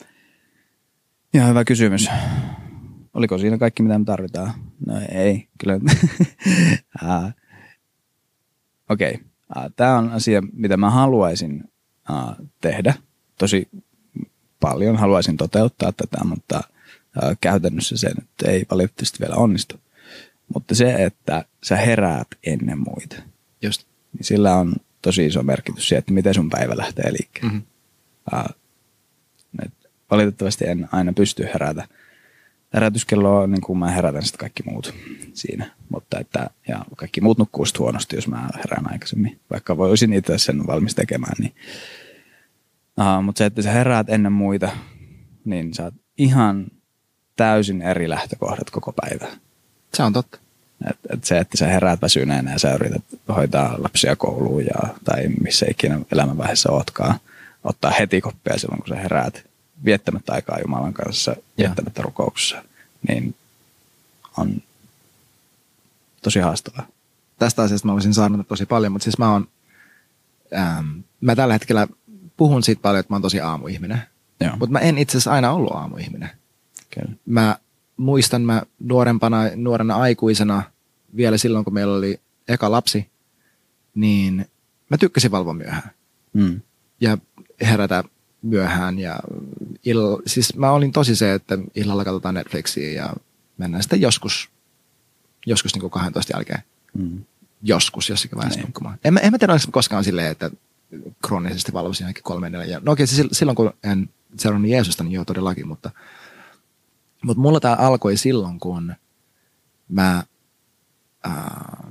Ihan hyvä kysymys. Oliko siinä kaikki, mitä me tarvitaan? No ei, kyllä. uh, Okei. Okay. Uh, Tämä on asia, mitä mä haluaisin uh, tehdä. Tosi paljon haluaisin toteuttaa tätä, mutta uh, käytännössä se nyt ei valitettavasti vielä onnistu. Mutta se, että sä heräät ennen muita, Just. niin sillä on tosi iso merkitys siihen, että miten sun päivä lähtee liikkeelle. Mm-hmm. Uh, valitettavasti en aina pysty herätä. Herätyskello on niin kuin mä herätän sitten kaikki muut siinä. Mutta että, ja kaikki muut nukkuu huonosti, jos mä herään aikaisemmin. Vaikka voisin itse sen valmis tekemään. Niin. Uh, mutta se, että sä heräät ennen muita, niin sä oot ihan täysin eri lähtökohdat koko päivä. Se on totta. Et, et se, että sä heräät väsyneenä ja sä yrität hoitaa lapsia kouluun ja, tai missä ikinä elämänvaiheessa ootkaan, ottaa heti koppia silloin, kun sä heräät viettämättä aikaa Jumalan kanssa, viettämättä rukouksessa, niin on tosi haastavaa. Tästä asiasta mä voisin saada tosi paljon, mutta siis mä oon, ähm, mä tällä hetkellä puhun siitä paljon, että mä oon tosi aamuihminen. Mutta mä en itse asiassa aina ollut aamuihminen. Kyllä. Mä muistan, mä nuorempana, nuorena aikuisena, vielä silloin kun meillä oli eka lapsi, niin mä tykkäsin valvoa myöhään. Mm. Ja herätä myöhään. Ja ill- siis mä olin tosi se, että illalla katsotaan Netflixiä ja mennään sitten joskus, joskus niin kuin kahdentoista jälkeen. Mm. Joskus jossakin vaiheessa nukkumaan. En, en mä tiedä, onko koskaan silleen, että kroonisesti valvoisin johonkin kolme neljä. No okei, siis silloin kun en seurannut Jeesusta, niin joo todellakin, mutta Mutta mulla tämä alkoi silloin, kun mä, ää,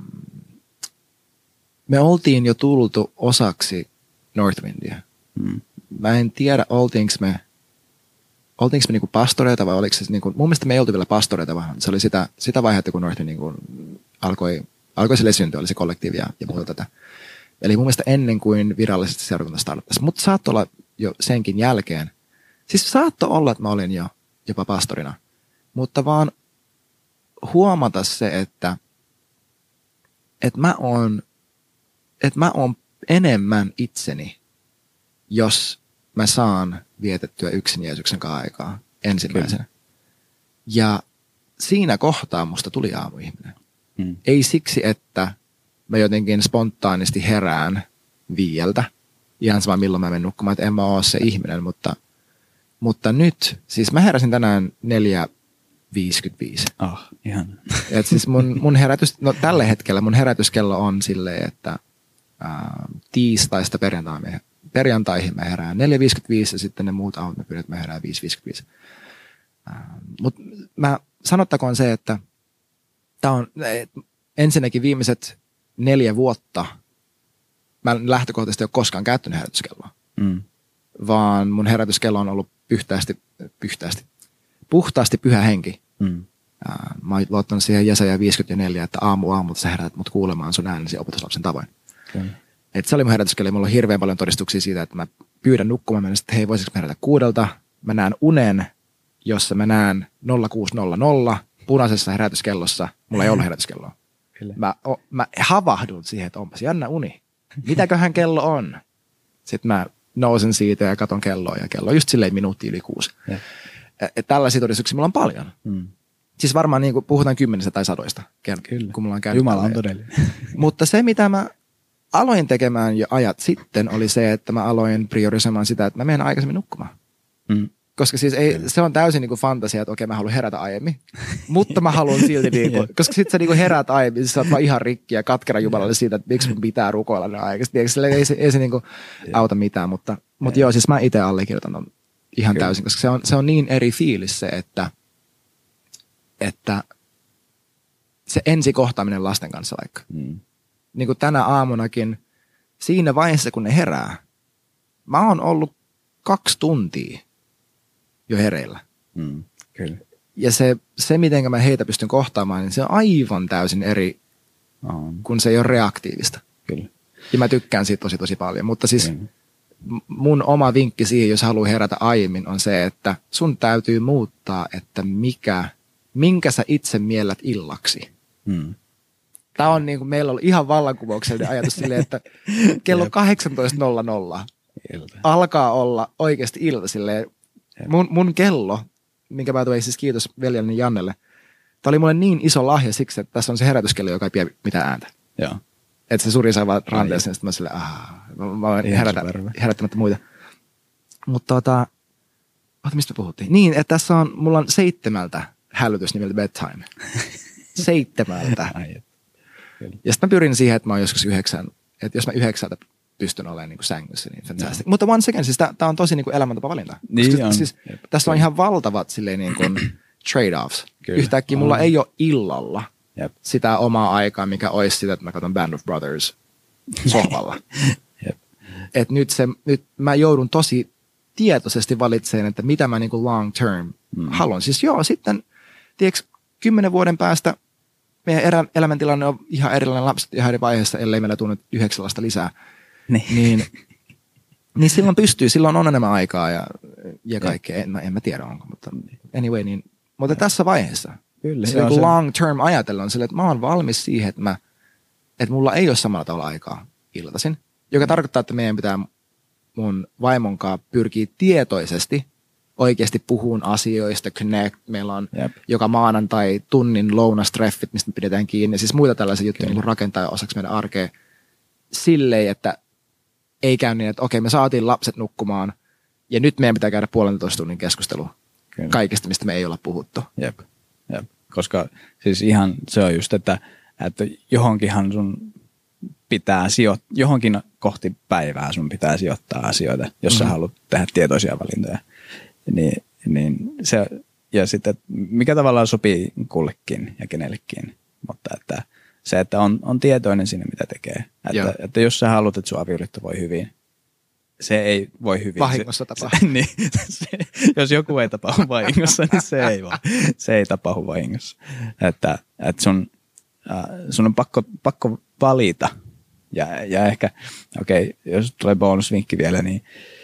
me oltiin jo tultu osaksi Northwindia. Mm. Mä en tiedä, oltiinko me, oltiinko me niinku pastoreita vai oliko se niinku, mun mielestä me ei oltu vielä pastoreita, vaan se oli sitä, sitä vaihetta, kun Northwind niinku alkoi, alkoi sille syntyä, oli se kollektiivi ja, ja muuta tätä. Eli mun mielestä ennen kuin virallisesti seurakunta starttaisi. Mutta saattoi olla jo senkin jälkeen. Siis saattoi olla, että mä olin jo jopa pastorina. Mutta vaan huomata se, että, että, mä oon, että mä oon enemmän itseni, jos mä saan vietettyä yksin Jeesuksen kanssa aikaa ensimmäisenä. Kyllä. Ja siinä kohtaa musta tuli aamuihminen. Hmm. Ei siksi, että mä jotenkin spontaanisti herään viieltä. Ihan sama milloin mä menen nukkumaan, että en mä oo se ihminen, mutta, mutta nyt, siis mä heräsin tänään neljä viisikymmentäviisi. Oh, ihan. Et siis mun, mun herätys, no tällä hetkellä mun herätyskello on silleen, että ää, tiistaista perjantaihin, perjantaihin mä herään neljä viisikymmentäviisi ja sitten ne muut aamut mä pyydän, että mä herään viisi viisikymmentäviisi. Mutta mä sanottakoon se, että tää on et, ensinnäkin viimeiset neljä vuotta mä lähtökohtaisesti ei ole koskaan käyttänyt herätyskelloa, mm. vaan mun herätyskello on ollut pyhtäästi, pyhtäästi puhtaasti pyhä henki. Mm. Mä oon luottanut siihen Jesaja viisikymmentäneljä, että aamu aamulta sä herätät mut kuulemaan sun äänesi opetuslapsen tavoin. Okay. Et se oli mun herätyskello. Mulla on hirveän paljon todistuksia siitä, että mä pyydän nukkumaan. Mä että hei, voisiko mä herätä kuudelta? Mä näen unen, jossa mä näen nolla kuusi nolla nolla punaisessa herätyskellossa. Mulla ei ollut herätyskelloa. Mä, o, mä havahdun siihen, että onpas jännä uni. Mitäköhän kello on? Sitten mä nousen siitä ja katon kelloa ja kello on just silleen minuutti yli kuusi. Yeah. Että tällaisia todistuksia mulla on paljon. Mm. Siis varmaan niin kuin puhutaan kymmenistä tai sadoista, Kyllä. kun mulla on käynyt. Jumala on todellinen. Mutta se, mitä mä aloin tekemään jo ajat sitten, oli se, että mä aloin priorisoimaan sitä, että mä menen aikaisemmin nukkumaan. Mm. Koska siis ei, se on täysin niin kuin fantasia, että okei, mä haluan herätä aiemmin. Mutta mä haluan silti, niin kuin, koska sit sä niin kuin herät aiemmin, siis sä oot vaan ihan rikki ja katkera Jumalalle siitä, että miksi mun pitää rukoilla ne aikaisemmin. Ei se, ei se niin kuin auta mitään, mutta, mutta joo, siis mä itse allekirjoitan ton ihan Kyllä. täysin, koska se on, se on niin eri fiilis se, että, että se ensikohtaaminen lasten kanssa vaikka. Mm. Niin kuin tänä aamunakin, siinä vaiheessa kun ne herää, mä oon ollut kaksi tuntia jo hereillä. Mm. Kyllä. Ja se, se, miten mä heitä pystyn kohtaamaan, niin se on aivan täysin eri, mm. kun se ei ole reaktiivista. Kyllä. Ja mä tykkään siitä tosi tosi paljon, mutta siis Kyllä. mun oma vinkki siihen, jos haluaa herätä aiemmin, on se, että sun täytyy muuttaa, että mikä, minkä sä itse miellät illaksi. Mm. Tämä on niin kuin meillä on ihan vallankumouksellinen ajatus silleen, että kello kahdeksantoista nolla nolla alkaa olla oikeasti ilta silleen. Mun, mun kello minkä by the way, siis kiitos veljelleni Jannelle. Tämä oli mulle niin iso lahja siksi, että tässä on se herätyskello, joka ei pidä mitään ääntä. Joo. Että se suri saa vaan ranteeseen, ja sitten mä silleen, aah, mä voin herätä, herättämättä muita. Mutta tota, oota, mistä me puhuttiin? Niin, että tässä on, mulla on seitsemältä hälytys nimeltä bedtime. Seitsemältä. Ja sitten mä pyrin siihen, että mä oon joskus yhdeksän, että jos mä yhdeksältä pystyn olemaan niin kuin sängyssä, niin fantastic. No. Mutta once again, siis tää on tosi niin kuin elämäntapavalinta. Niin on. Siis, tässä on ihan valtavat silleen niin kuin trade-offs. Kyllä. Yhtäkkiä mulla ei ole illalla Jep. sitä omaa aikaa, mikä olisi sitä, että mä katson Band of Brothers sohvalla. Et nyt, se, nyt mä joudun tosi tietoisesti valitsemaan, että mitä mä niin kuin long term mm. haluan. Siis joo, sitten tiedätkö, kymmenen vuoden päästä meidän erä, elämäntilanne on ihan erilainen, lapset ihan eri vaiheessa, ellei meillä tule nyt yhdeksän lasta lisää. Niin. Niin, niin silloin pystyy, silloin on enemmän aikaa ja, ja kaikkea. En, en mä tiedä onko, mutta anyway. Niin, mutta ja. Tässä vaiheessa, Kyllä, se on long term ajatella on sille, että mä oon valmis siihen, että, mä, että mulla ei ole samalla tavalla aikaa iltaisin. Joka mm. tarkoittaa, että meidän pitää mun vaimonkaan pyrkiä tietoisesti oikeasti puhuun asioista, connect. Meillä on Jep. joka maanantai tunnin lounastreffit, mistä me pidetään kiinni. Siis muita tällaisia juttuja niin rakentaa osaksi meidän arkea silleen, että ei käy niin, että okei, me saatiin lapset nukkumaan ja nyt meidän pitää käydä puolentoista tunnin keskustelua Kyllä. kaikesta, mistä me ei olla puhuttu. Jep. Jep. Koska siis ihan se on just, että, että johonkinhan sun pitää sijoittaa, johonkin kohti päivää sun pitää sijoittaa asioita, jos mm-hmm. sä haluat tehdä tietoisia valintoja. Niin, niin se, ja sitten, mikä tavallaan sopii kullekin ja kenellekin, mutta että se, että on, on tietoinen siinä, mitä tekee. Että, että jos sä haluat, että sun avioliitto voi hyvin, se ei voi hyvin. Vahingossa tapahtuu. Se, niin, se, jos joku ei tapahdu vahingossa, niin se ei, vaan, se ei tapahdu vahingossa. Että, että sun, äh, sun on pakko, pakko valita. Ja, ja ehkä, okei, okay, jos tulee bonusvinkki vielä, niin,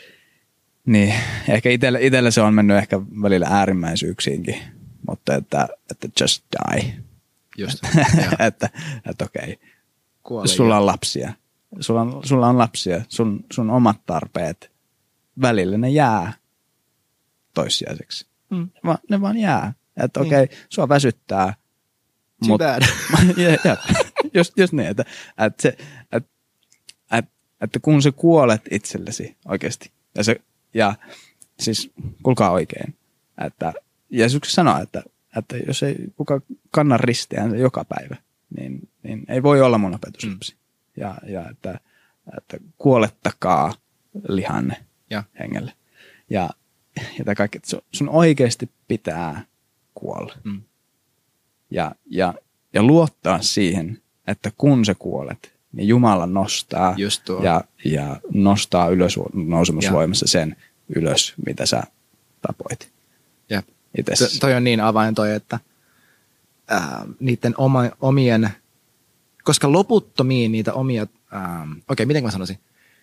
niin ehkä itsellä, itsellä se on mennyt ehkä välillä äärimmäisyyksiinkin, mutta että, että just die. Just, että, että okei, okay. sulla on lapsia, sulla on, sulla on lapsia, sun, sun omat tarpeet, välillä ne jää toissijaiseksi. Mm. Va, ne vaan jää. Että okei, okay, sua väsyttää. Too mut, bad. ja, ja, just, just niin, että, että, se, että, että, että kun sä kuolet itsellesi oikeasti, ja, se, ja siis kuulkaa oikein, että Jeesus sanoo, että, että jos ei kuka kanna ristiään joka päivä, niin, niin ei voi olla mun opetuslapsi. Mm. Ja, ja että, että kuolettakaa lihanne ja hengelle. Ja, ja kaikki, että sun oikeasti pitää kuolla. Mm. Ja, ja, ja luottaa siihen, että kun sä kuolet, niin Jumala nostaa ja, ja nostaa ylös nousemusvoimassa sen ylös, mitä sä tapoit. Jep. To, toi on niin avain toi, että ää, niiden oma, omien, koska loputtomiin niitä omia, ää, okei, okay, miten mä sanoisin?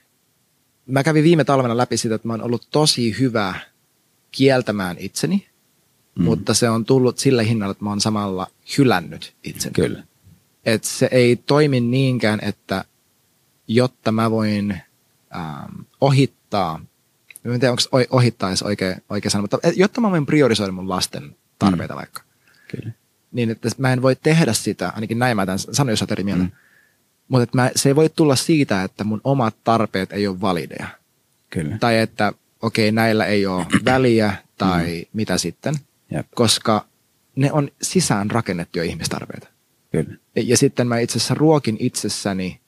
Mä kävin viime talvena läpi sitä, että mä oon ollut tosi hyvä kieltämään itseni, mm. mutta se on tullut sillä hinnalla, että mä oon samalla hylännyt itseni. Kyllä. Että se ei toimi niinkään, että jotta mä voin ähm, ohittaa, en tiedä onko ohittaa edes oikea, oikea sana, mutta jotta mä voin priorisoida mun lasten tarpeita mm. vaikka. Kyllä. Niin, että mä en voi tehdä sitä, ainakin näin mä tämän sanoin, jos olet eri mieltä. Mm. Mutta että mä, se ei voi tulla siitä, että mun omat tarpeet ei ole valideja. Kyllä. Tai että okei, okay, näillä ei ole väliä tai mm. mitä sitten. Jep. Koska ne on sisään rakennettuja ihmistarpeita. Kyllä. Ja, ja sitten mä itse asiassa ruokin itsessäni,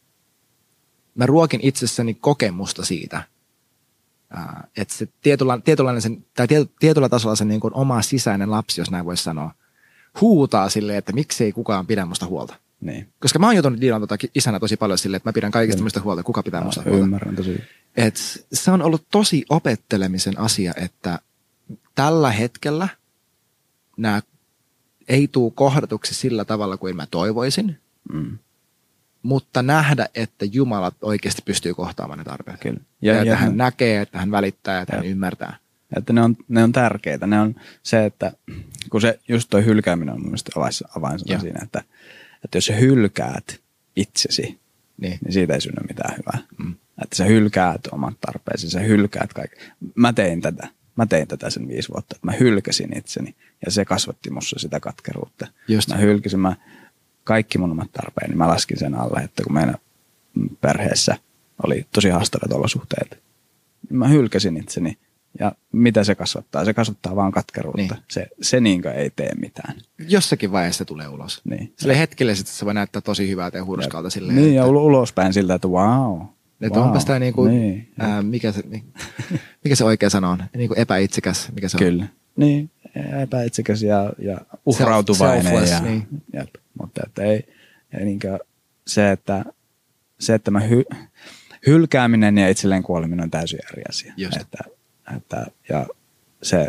mä ruokin itsessäni kokemusta siitä, ää, että se tietyllä, tietynlainen sen, tai tiety, tietyllä tasolla se niin kuin oma sisäinen lapsi, jos näin voisi sanoa, huutaa silleen, että miksei kukaan pidä musta huolta. Niin. Koska mä oon joutunut diilaan tota isänä tosi paljon silleen, että mä pidän kaikista muista huolta, kuka pitää musta huolta. Ymmärrän tosi. Et se on ollut tosi opettelemisen asia, että tällä hetkellä nämä ei tule kohdatuksi sillä tavalla kuin mä toivoisin, mm. mutta nähdä, että Jumala oikeasti pystyy kohtaamaan ne tarpeet. Kyllä. Ja, ja, että ja hän ne... näkee, että hän välittää, että ja. hän ymmärtää. Että ne on, ne on tärkeitä. Ne on se, että kun se just toi hylkääminen on mun mielestä avainsana siinä, että, että jos sä hylkäät itsesi, niin, niin siitä ei synny mitään hyvää. Mm. Että sä hylkäät omat tarpeesi, sä hylkäät kaikki. Mä tein tätä. Mä tein tätä sen viisi vuotta, että mä hylkäsin itseni ja se kasvatti musta sitä katkeruutta. Just. Mä hylkäsin mä kaikki mun omat tarpeeni, mä laskin sen alle, että kun meidän perheessä oli tosi haastavat olosuhteet, mä hylkäsin itseni ja mitä se kasvattaa? Se kasvattaa vaan katkeruutta. Niin. Se, se niinkö ei tee mitään. Jossakin vaiheessa se tulee ulos. Niin. Sille hetkellisesti se voi näyttää tosi hyvältä ja hurskalta silleen. Niin, että, ja ulospäin siltä, että wow. Että wow. onpa sitä niinku, niin. ää, mikä, se, mikä se oikea sana on? Niinku epäitsikäs, mikä se on? Kyllä. Niin, epäitsikäs ja, ja uhrautuvainen. Selfless, ja, niin. jep, mutta että ei, ei niinkö, se, että, se, että mä hy, hylkääminen ja itselleen kuoleminen on täysin eri asia. Just. Että, että, ja se,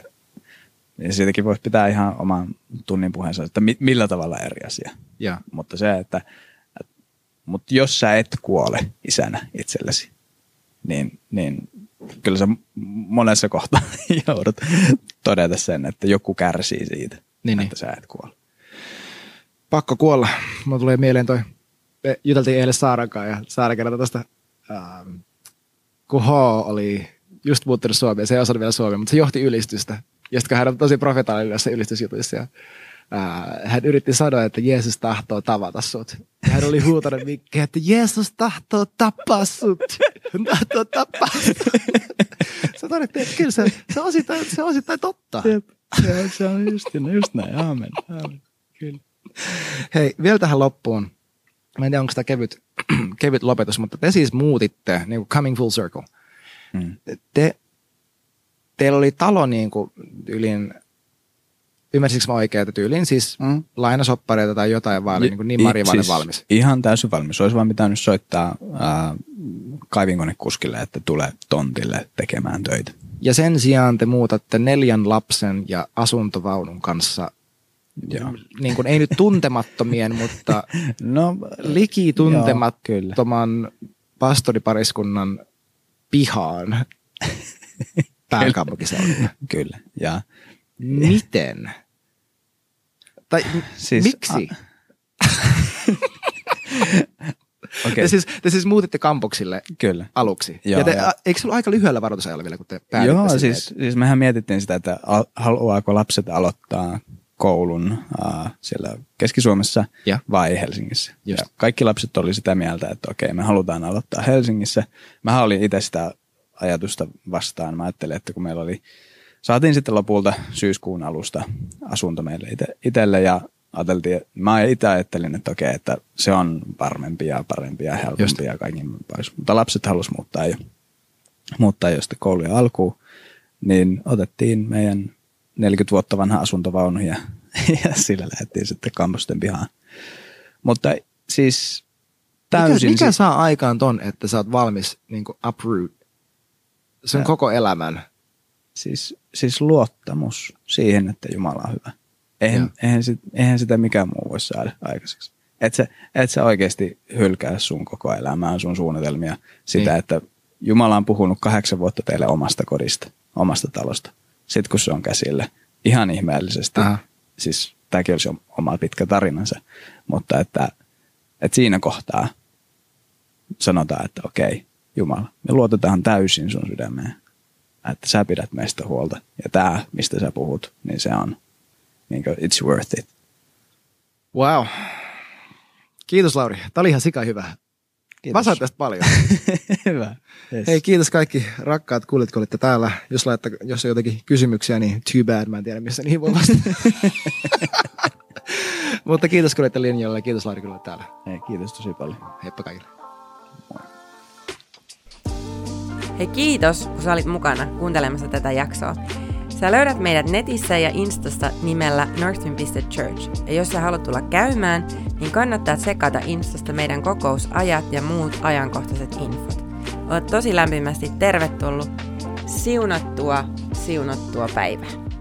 ja siitäkin voisi pitää ihan oman tunnin puheensa, että mi, millä tavalla eri asia. Ja. Mutta se, että, että mutta jos sä et kuole isänä itsellesi, niin, niin kyllä sä monessa kohtaa joudut todeta sen, että joku kärsii siitä, niin, että niin. sä et kuole. Pakko kuolla. Mulla tulee mieleen toi, me juteltiin eilen Saaran kanssa ja Saara kertoi tuosta, ähm, kun H oli just muuttunut Suomeen, se ei osannut vielä Suomea, mutta se johti ylistystä. Ja sitten kun hän on tosi profetaalinen jossain ylistysjutuissa ja ää, hän yritti sanoa, että Jeesus tahtoo tavata sut. Ja hän oli huutanut mikkeen, että Jeesus tahtoo tappaa sut. Hän tahtoo tappaa sut. Sä todettiin, että kyllä se, se, on osittain, se on osittain totta. Jep. Se, se on just, just näin. Aamen. Aamen. Kyllä. Hei, vielä tähän loppuun. Mä en tiedä, onko tämä kevyt, kevyt lopetus, mutta te siis muutitte, niin kuin coming full circle. Hmm. Te, teillä oli talo niin kuin yliin, ymmärsikö mä oikein, että tyyliin siis mm. lainasoppareita tai jotain vaan niin, niin marivainen siis valmis? Ihan täysin valmis. Olisi vaan pitänyt soittaa ää, kaivinkonekuskille, että tulee tontille tekemään töitä. Ja sen sijaan te muutatte neljän lapsen ja asuntovaunun kanssa, Joo. niin kuin ei nyt tuntemattomien, mutta no, liki tuntemattoman pastoripariskunnan pihaan pääkaupunkiseudulla. Kyllä, ja miten? Tai siis, miksi? Okay. Te, siis, te siis muutitte kampuksille Kyllä. aluksi. Joo, ja te, ja. eikö se ollut aika lyhyellä varoitusajalla vielä, kun te päädytte Joo, sinne, siis, että... siis mehän mietittiin sitä, että al- haluaako lapset aloittaa koulun uh, siellä Keski-Suomessa ja. vai Helsingissä. Just. Ja kaikki lapset oli sitä mieltä, että okei, me halutaan aloittaa Helsingissä. Mähän olin itse sitä ajatusta vastaan. Mä ajattelin, että kun meillä oli, saatiin sitten lopulta syyskuun alusta asunto meille ite, itselle ja ajateltiin, mä itse ajattelin, että okei, että se on varmempi ja parempi ja helpompi Just. ja kaikin pois. Mutta lapset halusivat muuttaa jo, muuttaa jo sitten koulujen alkuun, niin otettiin meidän neljäkymmentä vuotta vanha asuntovaunu ja, ja sillä lähdettiin sitten kampusten pihaan. Mutta siis täysin... Mikä, mikä si- saa aikaan ton, että sä oot valmis niin kuin uproot sen ja. koko elämän? Siis, siis luottamus siihen, että Jumala on hyvä. Eihän, eihän, sit, eihän sitä mikään muu voi saada aikaiseksi. Et sä, et sä oikeasti hylkää sun koko elämää, sun suunnitelmia. Sitä, niin. että Jumala on puhunut kahdeksan vuotta teille omasta kodista, omasta talosta. Sitten kun se on käsillä, ihan ihmeellisesti. Aha. Siis tämäkin olisi oma pitkä tarinansa. Mutta että, että siinä kohtaa sanotaan, että okei, Jumala, me luotetaan täysin sun sydämeen. Että sä pidät meistä huolta. Ja tämä, mistä sä puhut, niin se on niin kuin, it's worth it. Wow. Kiitos Lauri. Tämä oli ihan sika hyvä. Kiitos. Mä sain tästä paljon. Hyvä. Yes. Hei, kiitos kaikki rakkaat kuulijat, kun olitte täällä. Jos, laittaa, jos on jotakin kysymyksiä, niin too bad. Mä en tiedä, missä niihin voi vastata. Mutta kiitos, kun olitte linjalla ja kiitos Lauri, kun olit täällä. Hei, kiitos tosi paljon. Heippa kaikille. Hei, kiitos, kun sä olit mukana kuuntelemassa tätä jaksoa. Sä löydät meidät netissä ja Instasta nimellä northwind piste church. Ja jos sä haluat tulla käymään, niin kannattaa tsekata Instasta meidän kokousajat ja muut ajankohtaiset infot. Oot tosi lämpimästi tervetullut. Siunattua, siunattua päivää.